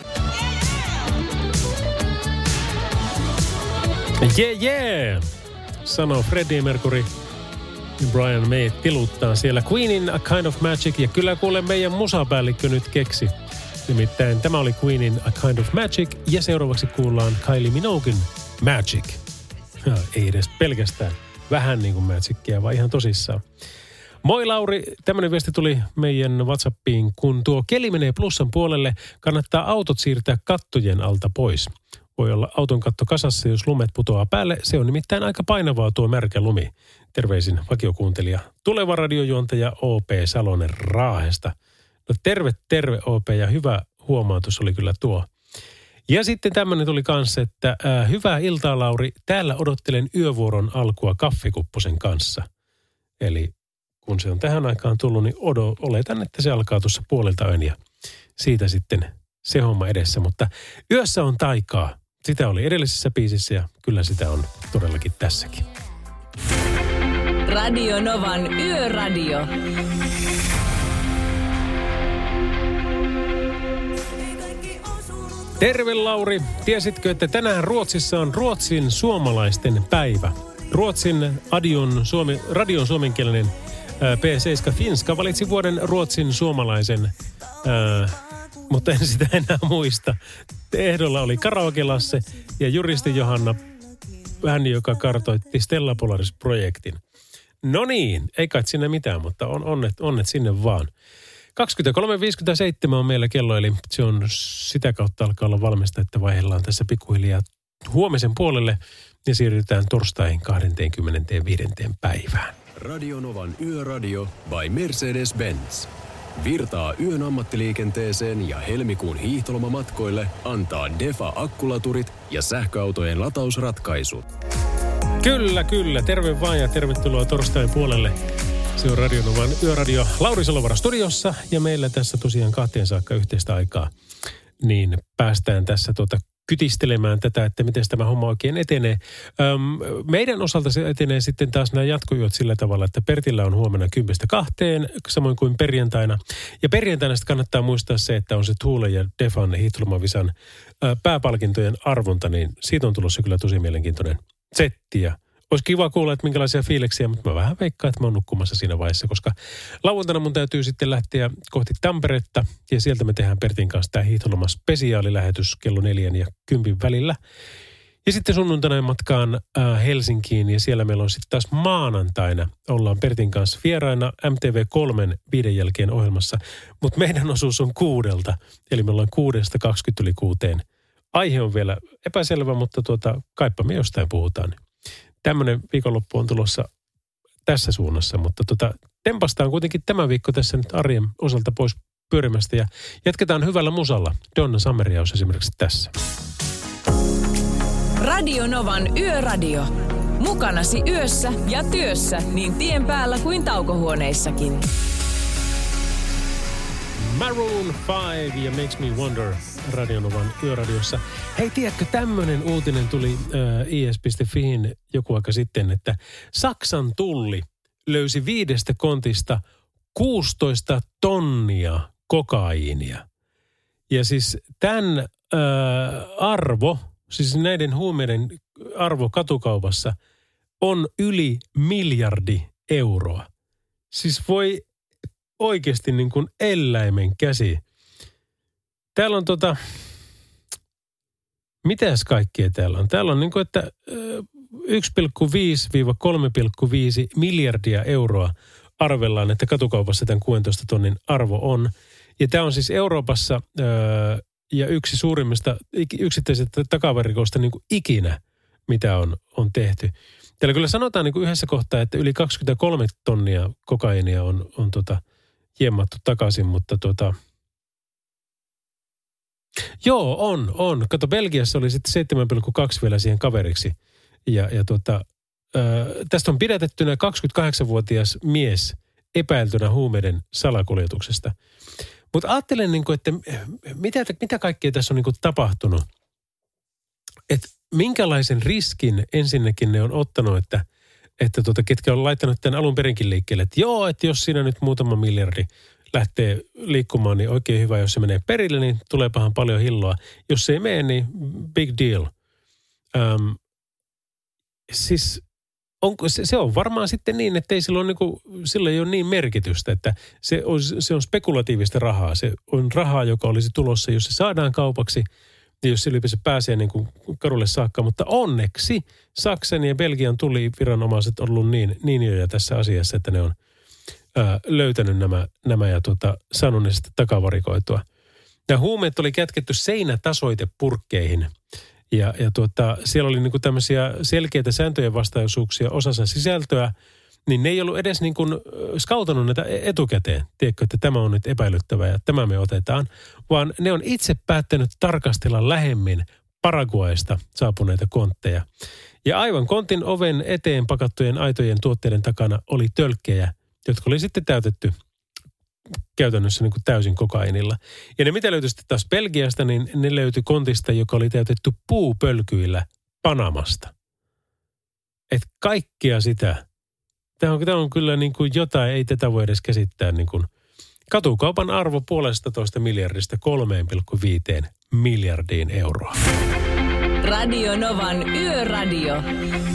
Jee, jee! Sanoo Freddie Mercury. Brian May tiluttaa siellä Queenin A Kind of Magic. Ja kyllä kuule meidän musapäällikkö nyt keksi. Nimittäin tämä oli Queenin A Kind of Magic. Ja seuraavaksi kuullaan Kylie Minogin Magic. Ja, ei edes pelkästään vähän niin kuin Magicia, vaan ihan tosissaan. Moi Lauri, tämmöinen viesti tuli meidän WhatsAppiin. Kun tuo keli menee plussan puolelle, kannattaa autot siirtää kattojen alta pois. Voi olla auton katto kasassa, jos lumet putoaa päälle. Se on nimittäin aika painavaa tuo märkä lumi. Terveisin vakiokuuntelija, tuleva radiojuontaja O P Salonen Raahesta. No terve, terve O P ja hyvä huomautus oli kyllä tuo. Ja sitten tämmöinen tuli kanssa, että äh, hyvää iltaa Lauri, täällä odottelen yövuoron alkua kahvikupposen kanssa. Eli kun se on tähän aikaan tullut, niin odo, oletan, että se alkaa tuossa puolelta yön ja siitä sitten se homma edessä. Mutta yössä on taikaa. Sitä oli edellisessä biisissä ja kyllä sitä on todellakin tässäkin. Radio Novan Yöradio. Terve Lauri. Tiesitkö, että tänään Ruotsissa on Ruotsin suomalaisten päivä? Ruotsin Adion, Suomi, radion suomenkielinen ää, P seitsemän Finska valitsi vuoden Ruotsin suomalaisen, ää, mutta en sitä enää muista. Ehdolla oli Karaoke Lasse ja juristi Johanna, hän joka kartoitti Stella Polaris-projektin. No niin, ei kai sinne mitään, mutta on onnet, onnet sinne vaan. kaksikymmentäkolme viisikymmentäseitsemän on meillä kello, eli se on sitä kautta alkaa olla valmista, että vaihdellaan tässä pikkuhiljaa huomisen puolelle ja siirrytään torstaihin kaksikymmentäviisi päivään. Radio Novan Yöradio by Mercedes-Benz. Virtaa yön ammattiliikenteeseen ja helmikuun hiihtolomamatkoille antaa Defa-akkulaturit ja sähköautojen latausratkaisut. Kyllä, kyllä. Terve vaan ja tervetuloa torstain puolelle. Se on Radio Novan Yöradio Lauri Salovara studiossa ja meillä tässä tosiaan kahteen saakka yhteistä aikaa. Niin päästään tässä tuota kytistelemään tätä, että miten tämä homma oikein etenee. Öm, meidän osalta se etenee sitten taas nämä jatkojut sillä tavalla, että Pertillä on huomenna kymmenestä kahteen, samoin kuin perjantaina. Ja perjantaina sitten kannattaa muistaa se, että on se Thule ja Defan hiihtolomavisan ö, pääpalkintojen arvonta, niin siitä on tulossa kyllä tosi mielenkiintoinen setti. Ja olisi kiva kuulla, että minkälaisia fiiliksiä, mutta mä vähän veikkaan, että mä oon nukkumassa siinä vaiheessa, koska lauantaina mun täytyy sitten lähteä kohti Tamperetta ja sieltä me tehdään Pertin kanssa tämä hiihtoloma spesiaalilähetys kello neljän ja kympin välillä. Ja sitten sunnuntaina matkaan äh, Helsinkiin ja siellä meillä on sitten taas maanantaina. Ollaan Pertin kanssa vieraina M T V kolmen viiden jälkeen ohjelmassa, mutta meidän osuus on kuudelta, eli me ollaan kuudesta kaksikymmentä yli kuuteen. Aihe on vielä epäselvä, mutta tuota, kaipa me jostain puhutaan. Tämmöinen viikonloppu on tulossa tässä suunnassa, mutta tota, tempastaan kuitenkin tämä viikko tässä nyt arjen osalta pois pyörimästä ja jatketaan hyvällä musalla. Donna Summerjaus esimerkiksi tässä. Radio Novan Yöradio. Mukanasi yössä ja työssä niin tien päällä kuin taukohuoneissakin. Maroon five ja Makes Me Wonder Radio Novan Yöradiossa. Hei, tiedätkö, tämmöinen uutinen tuli äh, I S piste Fiin joku aika sitten, että Saksan tulli löysi viidestä kontista kuusitoista tonnia kokaiinia. Ja siis tämän äh, arvo, siis näiden huumeiden arvo katukaupassa on yli miljardi euroa. Siis voi oikeasti niin kuin eläimen käsi. Täällä on tota, mitäs kaikkea täällä on? Täällä on niin kuin, että yksi pilkku viisi kolme pilkku viisi miljardia euroa arvellaan, että katukaupassa tämän kuusitoista tonnin arvo on. Ja tämä on siis Euroopassa öö, ja yksi suurimmista yksittäisistä takavarikoista niin kuin ikinä, mitä on, on tehty. Täällä kyllä sanotaan niin kuin yhdessä kohtaa, että yli kaksikymmentäkolme tonnia kokaiinia on, on tota, jemmattu takaisin, mutta tota... Joo, on, on. Kato, Belgiassa oli sitten seitsemän pilkku kaksi vielä siihen kaveriksi. Ja, ja tota, ö, tästä on pidätettynä kaksikymmentäkahdeksanvuotias mies epäiltynä huumeiden salakuljetuksesta. Mutta ajattelen, niin kuin, että mitä, mitä kaikkea tässä on niin kuin tapahtunut. Että minkälaisen riskin ensinnäkin ne on ottanut, että, että tota, ketkä on laittanut tämän alun perinkin liikkeelle. Että joo, että jos siinä nyt muutama miljardi lähtee liikkumaan, niin oikein hyvä. Jos se menee perille, niin tuleepahan paljon hilloa. Jos se ei mene, niin big deal. Öm, siis onko, se, se on varmaan sitten niin, että ei sillä, ole niin kuin, sillä ei ole niin merkitystä, että se on, se on spekulatiivista rahaa. Se on rahaa, joka olisi tulossa, jos se saadaan kaupaksi ja jos se ylipäänsä pääsee niin kuin kadulle saakka. Mutta onneksi Saksan ja Belgian tuliviranomaiset on ollut niin, niin jo tässä asiassa, että ne on ää, löytänyt nämä, nämä ja tuota, saanut ne sitten takavarikoitua. Nämä huumeet oli kätketty seinätasoitepurkkeihin ja, ja tuota, siellä oli niinku tämmöisiä selkeitä sääntöjen vastaisuuksia osassa sisältöä, niin ne ei ollut edes niin kuin skautannut näitä etukäteen. Tiedätkö, että tämä on nyt epäilyttävää ja tämä me otetaan, vaan ne on itse päättänyt tarkastella lähemmin Paraguaysta saapuneita kontteja. Ja aivan kontin oven eteen pakattujen aitojen tuotteiden takana oli tölkkejä, jotka oli sitten täytetty käytännössä niin kuin täysin kokainilla. Ja ne mitä löytyi sitten taas Belgiasta, niin ne löytyi kontista, joka oli täytetty puupölkyillä Panamasta. Että kaikkia sitä. Tämä on, tämä on kyllä niin kuin jotain, ei tätä voi edes käsittää niin kuin katukaupan arvo puolesta toista miljardista kolmeen pilkku viiteen miljardiin euroa. Radio Novan Yöradio.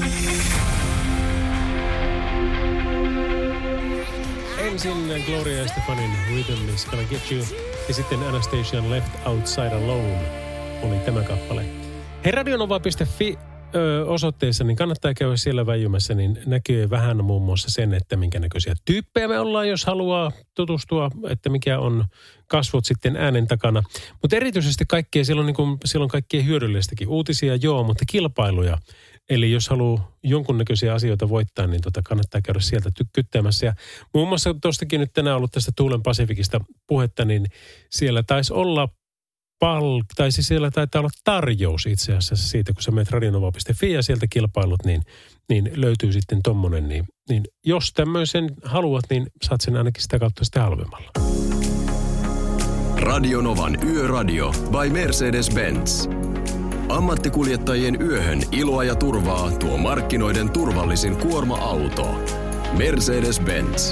Ensin Gloria Estefanin Rhythm is Gonna Get You ja sitten Anastasian Left Outside Alone oli tämä kappale. Hei, radionova piste fi Ö, osoitteessa, niin kannattaa käydä siellä väijymässä, niin näkyy vähän muun muassa sen, että minkä näköisiä tyyppejä me ollaan, jos haluaa tutustua, että mikä on kasvot sitten äänen takana. Mutta erityisesti kaikkea, siellä on, niin kuin, siellä on kaikkea hyödyllistäkin. Uutisia joo, mutta kilpailuja. Eli jos haluaa jonkunnäköisiä asioita voittaa, niin tota kannattaa käydä sieltä tykkyttämässä. Ja muun muassa tuostakin nyt tänään ollut tästä Tuulen Pasifikista puhetta, niin siellä taisi olla Pal- tai siis siellä taitaa olla tarjous itse asiassa siitä, kun sä menet radionova piste fi ja sieltä kilpailut, niin, niin löytyy sitten tommonen. Niin, niin jos tämmöisen haluat, niin saat sen ainakin sitä kautta sitten halvemmalla. Radionovan Yöradio by Mercedes-Benz. Ammattikuljettajien yöhön iloa ja turvaa tuo markkinoiden turvallisin kuorma-auto. Mercedes-Benz.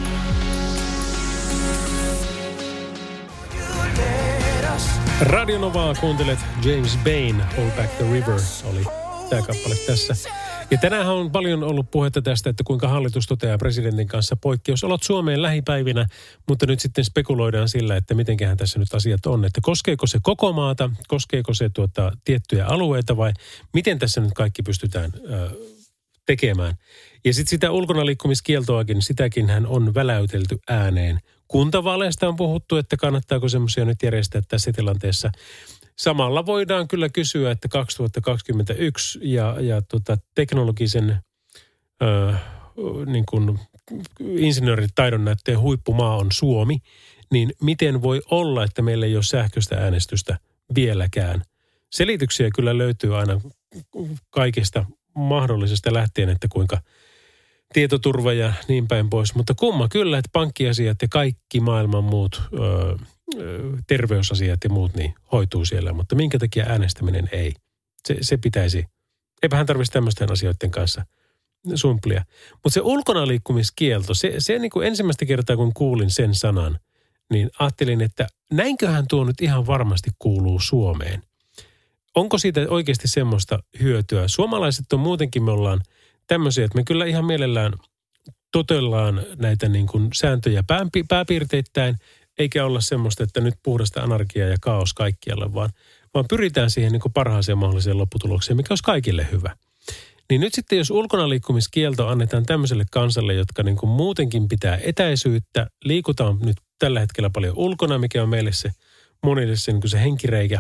Radio Novaa kuuntelet, James Bain, Hold Back the River oli tämä kappale tässä. Ja tänään on paljon ollut puhetta tästä, että kuinka hallitus toteaa presidentin kanssa poikkeusolot Suomeen lähipäivinä, mutta nyt sitten spekuloidaan sillä, että mitenköhän tässä nyt asiat on, että koskeeko se koko maata, koskeeko se tuota tiettyjä alueita vai miten tässä nyt kaikki pystytään ö, tekemään. Ja sitten sitä ulkonaliikkumiskieltoakin, sitäkin hän on väläytelty ääneen. Kuntavaaleista on puhuttu, että kannattaako semmoisia nyt järjestää tässä tilanteessa. Samalla voidaan kyllä kysyä, että kaksituhattakaksikymmentäyksi ja, ja tota, teknologisen ö, niin kuin insinööritaidon näytteen huippumaa on Suomi, niin miten voi olla, että meillä ei ole sähköistä äänestystä vieläkään? Selityksiä kyllä löytyy aina kaikesta mahdollisesta lähtien, että kuinka tietoturva ja niin päin pois. Mutta kumma kyllä, että pankkiasiat ja kaikki maailman muut ö, terveysasiat ja muut niin hoituu siellä, mutta minkä takia äänestäminen ei? Se, se pitäisi, eipähän tarvitsisi tämmöisten asioiden kanssa sumplia. Mutta se ulkonaliikkumiskielto, se, se niin kuin ensimmäistä kertaa kun kuulin sen sanan, niin ajattelin, että näinköhän tuo nyt ihan varmasti kuuluu Suomeen. Onko siitä oikeasti semmoista hyötyä? Suomalaiset on muutenkin, me ollaan tämmöisiä, että me kyllä ihan mielellään totellaan näitä niin kuin sääntöjä pääpiirteittäin, eikä olla semmoista, että nyt puhdasta anarkiaa ja kaos kaikkialle, vaan, vaan pyritään siihen niin kuin parhaaseen mahdolliseen lopputulokseen, mikä olisi kaikille hyvä. Niin nyt sitten, jos ulkonaliikkumiskielto annetaan tämmöiselle kansalle, jotka niin kuin muutenkin pitää etäisyyttä, liikutaan nyt tällä hetkellä paljon ulkona, mikä on meille se monille se, niin kuin se henkireikä,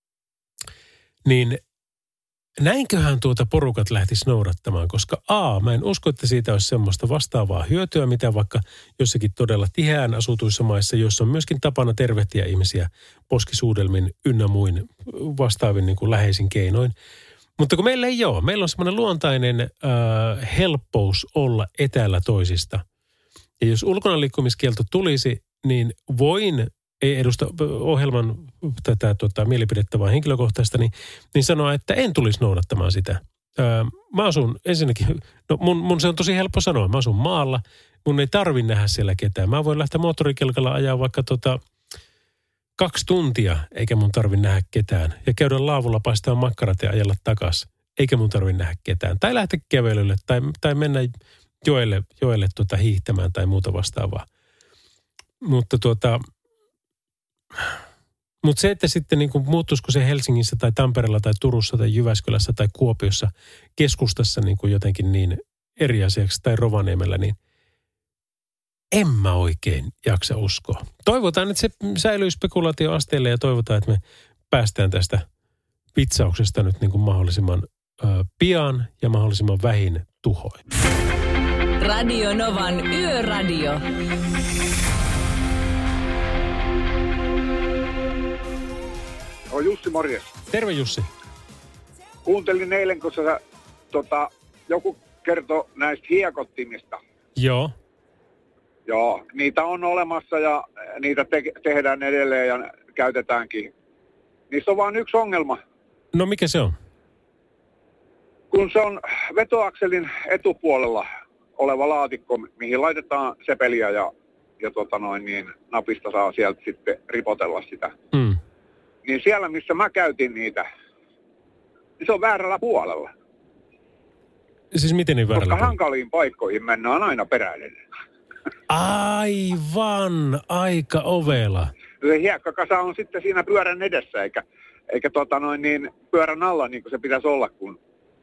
niin näinköhän tuota porukat lähtisi noudattamaan, koska A, mä en usko, että siitä olisi semmoista vastaavaa hyötyä, mitä vaikka jossakin todella tiheään asutuissa maissa, joissa on myöskin tapana tervehtiä ihmisiä poskisuudelmin ynnä muin vastaavin niin kuin läheisin keinoin. Mutta kun meillä ei ole, meillä on semmoinen luontainen äh, helppous olla etäällä toisista. Ja jos ulkonaliikkumiskielto tulisi, niin voin, ei edusta ohjelman tätä tota, mielipidettä vaan henkilökohtaista, niin, niin sanoa, että en tulisi noudattamaan sitä. Ää, mä asun ensinnäkin, no mun, mun se on tosi helppo sanoa, mä asun maalla, mun ei tarvi nähdä siellä ketään. Mä voin lähteä moottorikelkalla ajaa vaikka tota kaksi tuntia, eikä mun tarvi nähdä ketään. Ja käydä laavulla, paistaa makkarat ja ajella takas, eikä mun tarvi nähdä ketään. Tai lähteä kävelylle, tai, tai mennä joelle, joelle tota hiihtämään tai muuta vastaavaa. Mutta tuota... Mutta se, että sitten niin kuin muuttuisiko se Helsingissä tai Tampereella tai Turussa tai Jyväskylässä tai Kuopiossa keskustassa niin kuin jotenkin niin eri asiaksi tai Rovaniemellä, niin En mä oikein jaksa uskoa. Toivotaan, että se säilyy spekulaatioasteelle ja toivotaan, että me päästään tästä vitsauksesta nyt niin kuin mahdollisimman ö, pian ja mahdollisimman vähin tuhoin. Radio Novan Yöradio. No Jussi, morjes. Terve Jussi. Kuuntelin eilen, kun sä, tota, joku kertoi näistä hiekottimista. Joo. Joo, niitä on olemassa ja niitä te- tehdään edelleen ja käytetäänkin. Niissä on vain yksi ongelma. No mikä se on? Kun se on vetoakselin etupuolella oleva laatikko, mihin laitetaan sepeliä ja, ja tota noin, niin napista saa sieltä sitten ripotella sitä. Mm. Niin siellä, missä mä käytin niitä, niin se on väärällä puolella. Siis miten niin väärällä Koska puolella? hankaliin paikkoihin mennään aina peräinen. Aivan, aika ovela. Se hiekkakasa on sitten siinä pyörän edessä, eikä, eikä tota noin niin pyörän alla niin kuin se pitäisi olla. Kun...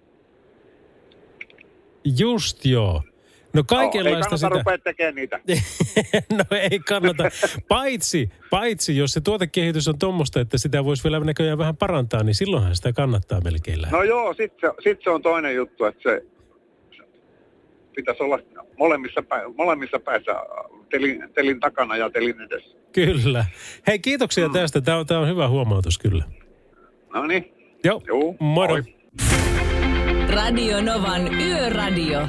Just joo. No kaikenlaista no, ei sitä... kannata rupea tekemään niitä. No ei kannata. Paitsi, paitsi, jos se tuotekehitys on tuommoista, että sitä voisi vielä näköjään vähän parantaa, niin silloinhan sitä kannattaa melkein lähteä. No joo, sit se, sit se on toinen juttu, että se pitäisi olla molemmissa, pä, molemmissa päissä telin, telin takana ja telin edessä. Kyllä. Hei, kiitoksia mm. tästä. Tämä on, tämä on hyvä huomautus kyllä. No niin. Joo, Joo. moro. Moi. Radio Novan Yöradio.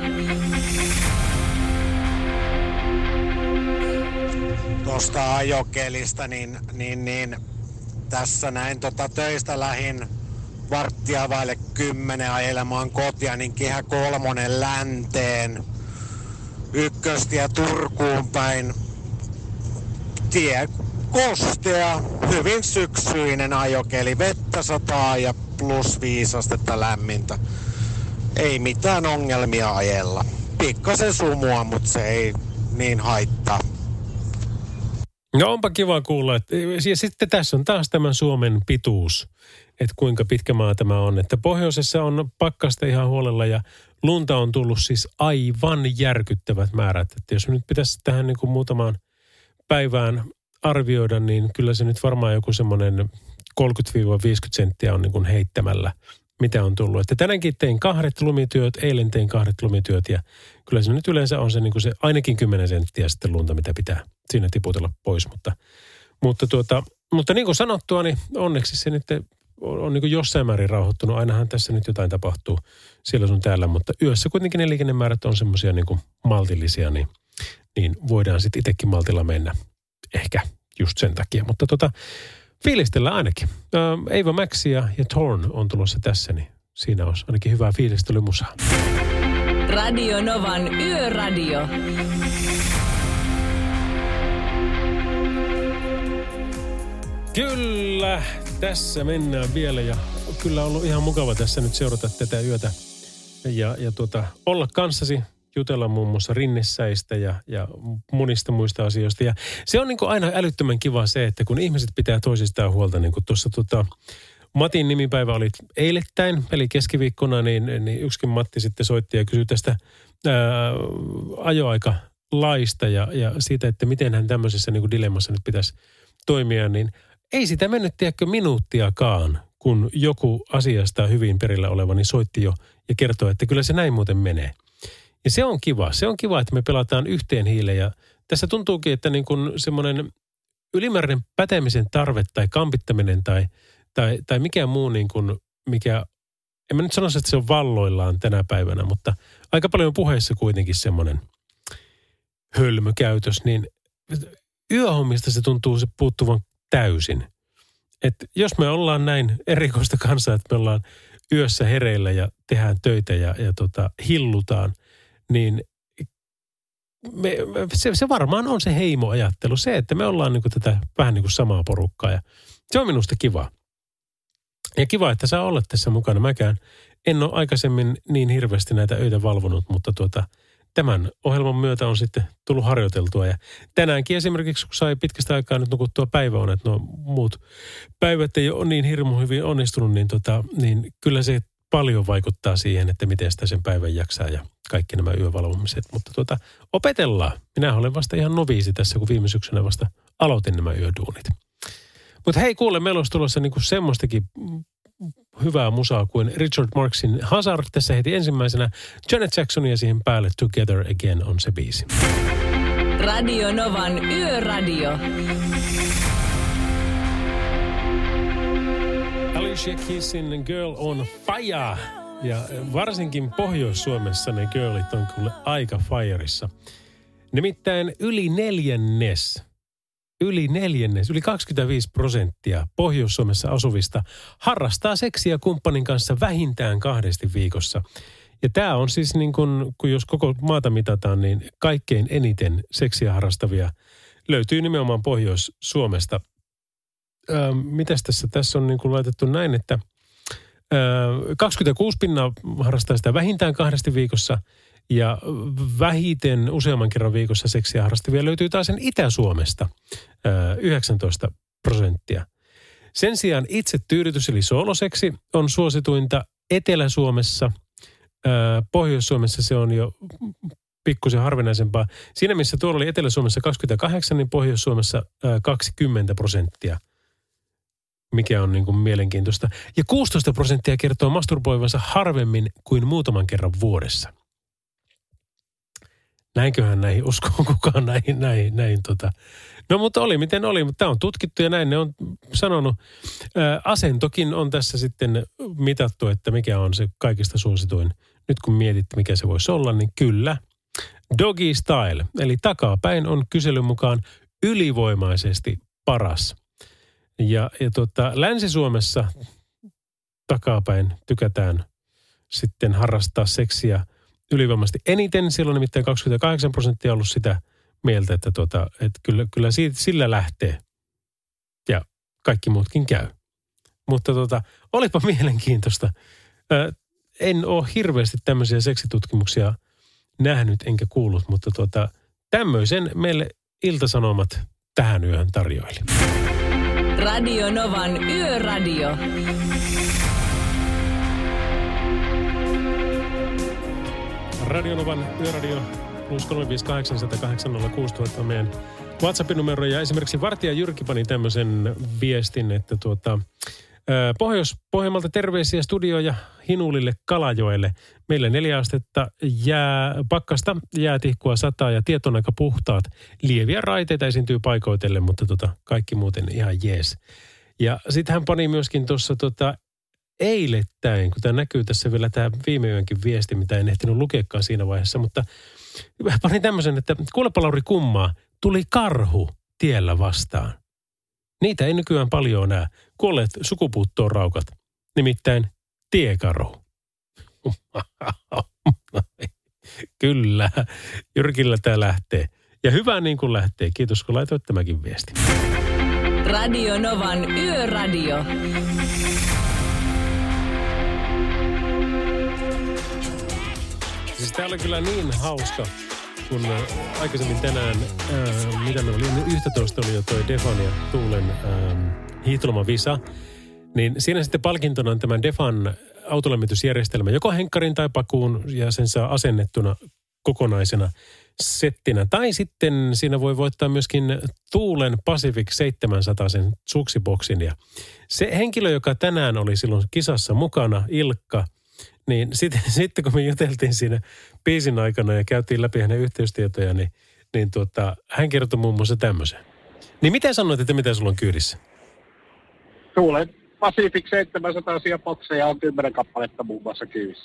Tuosta ajokelista, niin, niin, niin tässä näin tota töistä lähin varttia vaille kymmenen ajelemaan kotia, niin Kehä kolmonen länteen, ykköstie Turkuun päin. Tie kostea, hyvin syksyinen ajokeli, vettä sataa ja plus viisi astetta lämmintä. Ei mitään ongelmia ajella. Pikkasen sumua, mutta se ei niin haittaa. No onpa kiva kuulla. Että, ja sitten tässä on taas tämän Suomen pituus, että kuinka pitkä maa tämä on. Että pohjoisessa on pakkasta ihan huolella ja lunta on tullut siis aivan järkyttävät määrät. Että jos nyt pitäisi tähän niin kuin muutamaan päivään arvioida, niin kyllä se nyt varmaan joku semmoinen kolmekymmentä viisikymmentä senttiä on niin kuin heittämällä, mitä on tullut. Että tänäänkin tein kahdet lumityöt, eilen tein kahdet lumityöt ja kyllä se nyt yleensä on se, niin kuin se ainakin kymmenen senttiä sitten lunta, mitä pitää siinä tiputella pois. Mutta, mutta, tuota, mutta niin kuin sanottua, niin onneksi se nyt on, on niin kuin jossain määrin rauhoittunut. Ainahan tässä nyt jotain tapahtuu siellä sun täällä, mutta yössä kuitenkin ne liikennemäärät on semmoisia niin kuin maltillisia, niin, niin voidaan sitten itsekin maltilla mennä. Ehkä just sen takia, mutta tota, fiilistellään ainakin. Äh, Eva Maxia ja Torn on tulossa tässä, niin siinä olisi ainakin hyvää fiilistelymusaa. Radio Novan Yöradio. Kyllä, tässä mennään vielä ja kyllä on ollut ihan mukava tässä nyt seurata tätä yötä ja, ja tuota, olla kanssasi. Jutella muun muassa rinnesäistä ja, ja monista muista asioista. Ja se on niin kuin aina älyttömän kiva se, että kun ihmiset pitää toisistaan huolta, niin kuin tuossa tota, Matin nimipäivä oli eilettäin, eli keskiviikkona, niin, niin yksikin Matti sitten soitti ja kysyi tästä ää, ajoaikalaista ja, ja siitä, että miten hän tämmöisessä niin kuin dilemmassa nyt pitäisi toimia, niin ei sitä mennyt tiedäkö minuuttiakaan, kun joku asiasta hyvin perillä oleva, niin soitti jo ja kertoi, että kyllä se näin muuten menee. Ja se on kiva. Se on kiva, että me pelataan yhteen hiileen. Ja tässä tuntuukin, että niin kuin semmoinen ylimääräinen pätemisen tarve tai kampittaminen tai, tai, tai mikään muu niin kuin, mikä, en mä nyt sanoisi, että se on valloillaan tänä päivänä, mutta aika paljon puheissa kuitenkin semmoinen hölmökäytös, niin yöhommista se tuntuu se puuttuvan täysin. Että jos me ollaan näin erikoista kansaa, että me ollaan yössä hereillä ja tehdään töitä ja, ja tota, hillutaan, niin me, se, se varmaan on se heimoajattelu. Se, että me ollaan niin kuin tätä vähän niin kuin samaa porukkaa ja se on minusta kiva. Ja kiva, että saa olla tässä mukana. Mäkään en ole aikaisemmin niin hirveästi näitä öitä valvonut, mutta tuota, tämän ohjelman myötä on sitten tullut harjoiteltua. Ja tänäänkin esimerkiksi, kun sai pitkästä aikaa nyt nukuttua päiväunet, no muut päivät ei ole niin hirmu hyvin onnistunut, niin, tota, niin kyllä se paljon vaikuttaa siihen, että miten sitä sen päivän jaksaa ja kaikki nämä yövalvomiset. Mutta tuota, opetellaan. Minä olen vasta ihan noviisi tässä, kun viime syksynä vasta aloitin nämä yöduunit. Mutta hei kuule, meillä olisi tulossa niinku semmoistakin hyvää musaa kuin Richard Marxin Hazard. Tässä heti ensimmäisenä Janet Jackson ja siihen päälle Together Again on se biisi. Radio Novan Yöradio. Alicia Keysin Girl on Fire. Ja varsinkin Pohjois-Suomessa ne girlit on kuule aika fireissa. Nimittäin yli neljännes, yli neljännes, yli kaksikymmentäviisi prosenttia Pohjois-Suomessa asuvista harrastaa seksiä kumppanin kanssa vähintään kahdesti viikossa. Ja tämä on siis niin kuin, kun jos koko maata mitataan, niin kaikkein eniten seksiä harrastavia löytyy nimenomaan Pohjois-Suomesta. Öö, mitäs tässä? Tässä on niin kuin laitettu näin, että öö, kaksikymmentäkuusi pinnaa harrastaa sitä vähintään kahdesti viikossa ja vähiten useamman kerran viikossa seksiä harrastavia löytyy taas sen Itä-Suomesta öö, yhdeksäntoista prosenttia. Sen sijaan itse tyydytys eli sooloseksi on suosituinta Etelä-Suomessa. Öö, Pohjois-Suomessa se on jo pikkusen harvinaisempaa. Siinä missä tuolla oli Etelä-Suomessa kaksikymmentäkahdeksan, niin Pohjois-Suomessa öö, kaksikymmentä prosenttia. Mikä on niin kuin mielenkiintoista. Ja kuusitoista prosenttia kertoo masturboivansa harvemmin kuin muutaman kerran vuodessa. Näinköhän näihin uskoo kukaan näihin, näihin, näihin tota. No mutta oli miten oli, mutta tämä on tutkittu ja näin ne on sanonut. Ää, asentokin on tässä sitten mitattu, että mikä on se kaikista suosituin. Nyt kun mietit, mikä se voisi olla, niin kyllä. Doggy style, eli takapäin on kyselyn mukaan ylivoimaisesti paras. Ja, ja tota, Länsi-Suomessa takapäin tykätään sitten harrastaa seksiä ylivoimaisesti eniten. Silloin nimittäin kaksikymmentäkahdeksan prosenttia ollut sitä mieltä, että, tota, että kyllä, kyllä siitä, sillä lähtee. Ja kaikki muutkin käy. Mutta tota, olipa mielenkiintoista. Ö, en ole hirveästi tämmöisiä seksitutkimuksia nähnyt enkä kuullut, mutta tota, tämmöisen meille Ilta-Sanomat tähän yöhön tarjoili. Radio Novan Yöradio. Radio Novan Yöradio plus kolme viisi kahdeksan nolla kahdeksan nolla kuusi nolla nolla on meidän WhatsApp-numero. Ja esimerkiksi Vartija Jyrki pani tämmöisen viestin, että tuota, Pohjois, Pohjanmaalta terveisiä studio ja Hinulille Kalajoelle. Meillä neljä astetta jää, pakkasta, jäätihkua sataa ja tiet on aika puhtaat. Lieviä raiteita esiintyy paikoitelle, mutta tota, kaikki muuten ihan jees. Ja sitten hän pani myöskin tuossa tota, eilettäin, kun tämä näkyy tässä vielä tämä viime yönkin viesti, mitä en ehtinyt lukeakaan siinä vaiheessa, mutta pani tämmöisen, että kuulepa Lauri kummaa, tuli karhu tiellä vastaan. Niitä ei nykyään paljon näe. Kuolleet sukupuuttoon raukat. Nimittäin tiekarhu. Kyllä. Jyrkillä tämä lähtee. Ja hyvä niin kuin lähtee. Kiitos kun laitoit tämäkin viesti. Radio Novan Yöradio. Siis tää oli kyllä niin hauska, kun aikaisemmin tänään, ää, mitä me oli, yksitoista oli jo toi Defan ja Tuulen ää, hiihtolomavisa, niin siinä sitten palkintona on tämän Defan autolämmitysjärjestelmä, joko henkkarin tai pakuun, ja sen saa asennettuna kokonaisena settinä. Tai sitten siinä voi voittaa myöskin Tuulen Pacific seitsemänsataa sen suksiboksin. Ja se henkilö, joka tänään oli silloin kisassa mukana, Ilkka, niin sitten, sitten kun me juteltiin siinä biisin aikana ja käytiin läpi hänen yhteystietoja, niin, niin tuota, hän kertoi muun muassa tämmöisen. Niin miten sanoit, että mitä sulla on kyydissä? Tuulen Pacific seitsemänsataa bokseja on kymmenen kappaletta muun muassa kyydissä.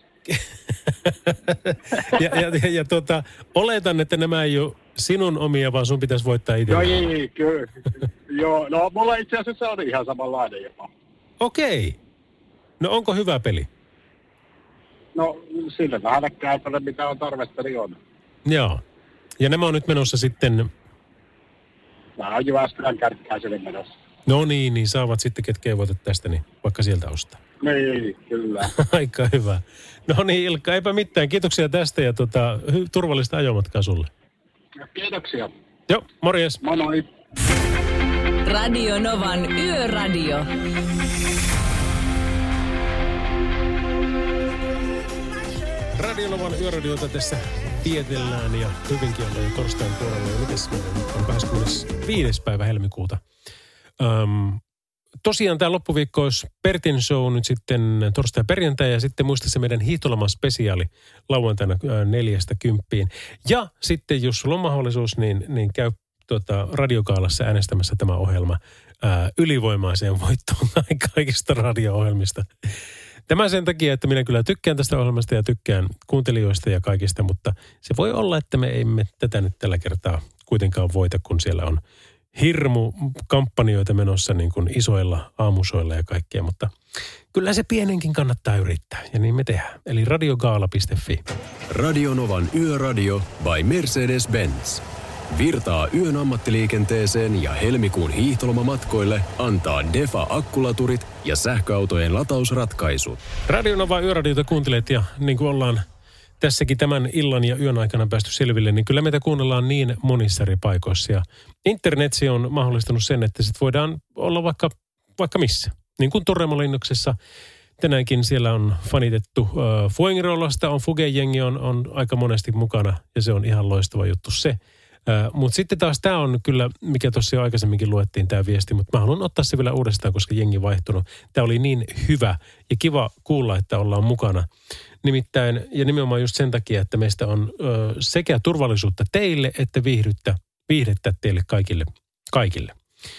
ja ja, ja, ja tota, oletan, että nämä ei ole sinun omia, vaan sun pitäisi voittaa itse. Joo, ei, kyllä. Joo, no mulla itse asiassa on ihan samanlainen jopa. Okei. No onko hyvä peli? No sille vähän käytännön, mitä on tarvetta, niin on. Joo. Ja nämä on nyt menossa sitten... Nämä on Jyväskylän Kärkkäiselle menossa. No niin, niin saavat sitten, ketkä ei voita tästä, niin vaikka sieltä ostaa. Niin, kyllä. Aika hyvä. No niin, Ilkka, eipä mitään. Kiitoksia tästä ja tota, hy- turvallista ajomatkaa sulle. Kiitoksia. Joo, morjes. Moi moi. Radio Novan Yöradio. Radionovan yöradiota tässä tietellään ja hyvinkin on jo torstain puolella. Ja mites on kahdeskymmenesviides päivä helmikuuta. Öm, tosiaan tämä loppuviikko olisi Pertin show nyt sitten torstai ja perjantai ja sitten muista se meidän hiihtoloman spesiaali lauantaina neljästä kymppiin. Ja sitten jos sulla on mahdollisuus, niin, niin käy tuota, radiokaalassa äänestämässä tämä ohjelma ää, ylivoimaiseen voittoon kaikista radio-ohjelmista. Tämä sen takia, että minä kyllä tykkään tästä ohjelmasta ja tykkään kuuntelijoista ja kaikista, mutta se voi olla, että me emme tätä nyt tällä kertaa kuitenkaan voita, kun siellä on hirmu kampanjoita menossa niin kuin isoilla aamusoilla ja kaikkea, mutta kyllä se pienenkin kannattaa yrittää ja niin me tehdään. Eli radiogaala piste fi. Radionovan Yöradio by Mercedes-Benz. Virtaa yön ammattiliikenteeseen ja helmikuun hiihtolomamatkoille antaa Defa-akkulaturit ja sähköautojen latausratkaisut. Radionova Yöradiota kuuntelet ja niin kuin ollaan tässäkin tämän illan ja yön aikana päästy selville, niin kyllä meitä kuunnellaan niin monissa eri paikoissa. Ja internetsi on mahdollistanut sen, että sit voidaan olla vaikka, vaikka missä. Niin kuin Torremolinnoksessa tänäänkin siellä on fanitettu uh, Fuengirolasta, on Fuge-jengi on, on aika monesti mukana ja se on ihan loistava juttu se. Uh, mutta sitten taas tämä on kyllä, mikä tuossa jo aikaisemminkin luettiin tämä viesti, mutta mä haluan ottaa se vielä uudestaan, koska jengi vaihtunut. Tämä oli niin hyvä ja kiva kuulla, että ollaan mukana. Nimittäin, ja nimenomaan just sen takia, että meistä on ö, sekä turvallisuutta teille, että viihdyttä, viihdettä teille kaikille. kaikille.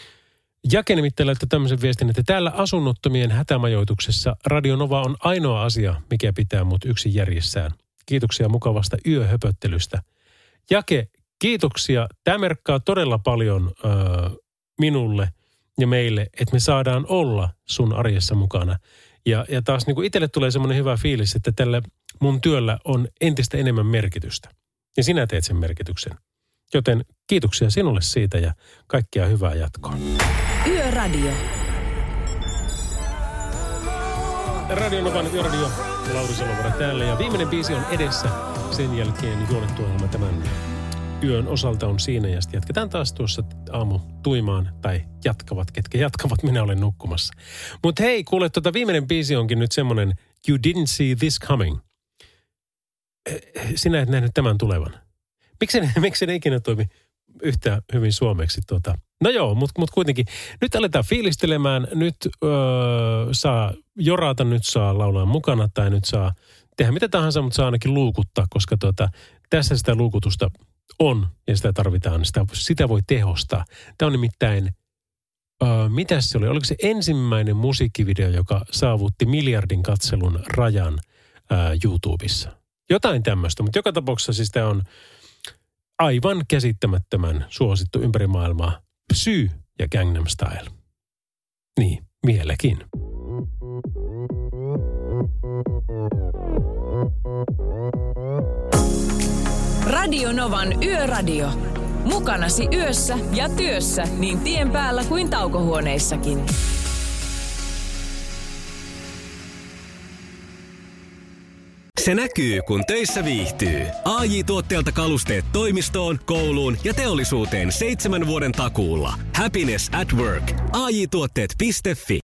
Jake nimittäin laittoi tämmöisen viestin, että täällä asunnottomien hätämajoituksessa Radionova on ainoa asia, mikä pitää mut yksin järjessään. Kiitoksia mukavasta yöhöpöttelystä. Jake, kiitoksia. Tämä merkkaa todella paljon ö, minulle ja meille, että me saadaan olla sun arjessa mukana. Ja, ja taas niin kuin itselle tulee semmoinen hyvä fiilis, että tällä mun työllä on entistä enemmän merkitystä. Ja sinä teet sen merkityksen. Joten kiitoksia sinulle siitä ja kaikkea hyvää jatkoa. Yöradio. Radionovan Yöradio. Lauri Salovara täällä ja viimeinen biisi on edessä. Sen jälkeen juonettu ohjelma tämän yön osalta on siinä ja sitten jatketaan taas tuossa aamu tuimaan tai jatkavat, ketkä jatkavat, minä olen nukkumassa. Mutta hei, kuule, tota viimeinen biisi onkin nyt semmoinen You Didn't See This Coming. Sinä et nähnyt tämän tulevan. Miksi ne, miksi ne ikinä toimi yhtä hyvin suomeksi? Tuota? No joo, mutta mut kuitenkin. Nyt aletaan fiilistelemään, nyt öö, saa jorata, nyt saa laulaa mukana tai nyt saa tehdä mitä tahansa, mutta saa ainakin luukuttaa, koska tuota, tässä sitä luukutusta on ja sitä tarvitaan, sitä, sitä voi tehostaa. Tämä on nimittäin, uh, mitäs se oli? Oliko se ensimmäinen musiikkivideo, joka saavutti miljardin katselun rajan uh, YouTubessa? Jotain tämmöistä, mutta joka tapauksessa siis tämä on aivan käsittämättömän suosittu ympäri maailmaa. Psy ja Gangnam Style. Niin, vieläkin. Radionovan Yöradio. Mukanasi yössä ja työssä niin tien päällä kuin taukohuoneissakin. Se näkyy, kun töissä viihtyy. A J-tuotteelta kalusteet toimistoon, kouluun ja teollisuuteen seitsemän vuoden takuulla. Happiness at work. A J tuotteet piste fi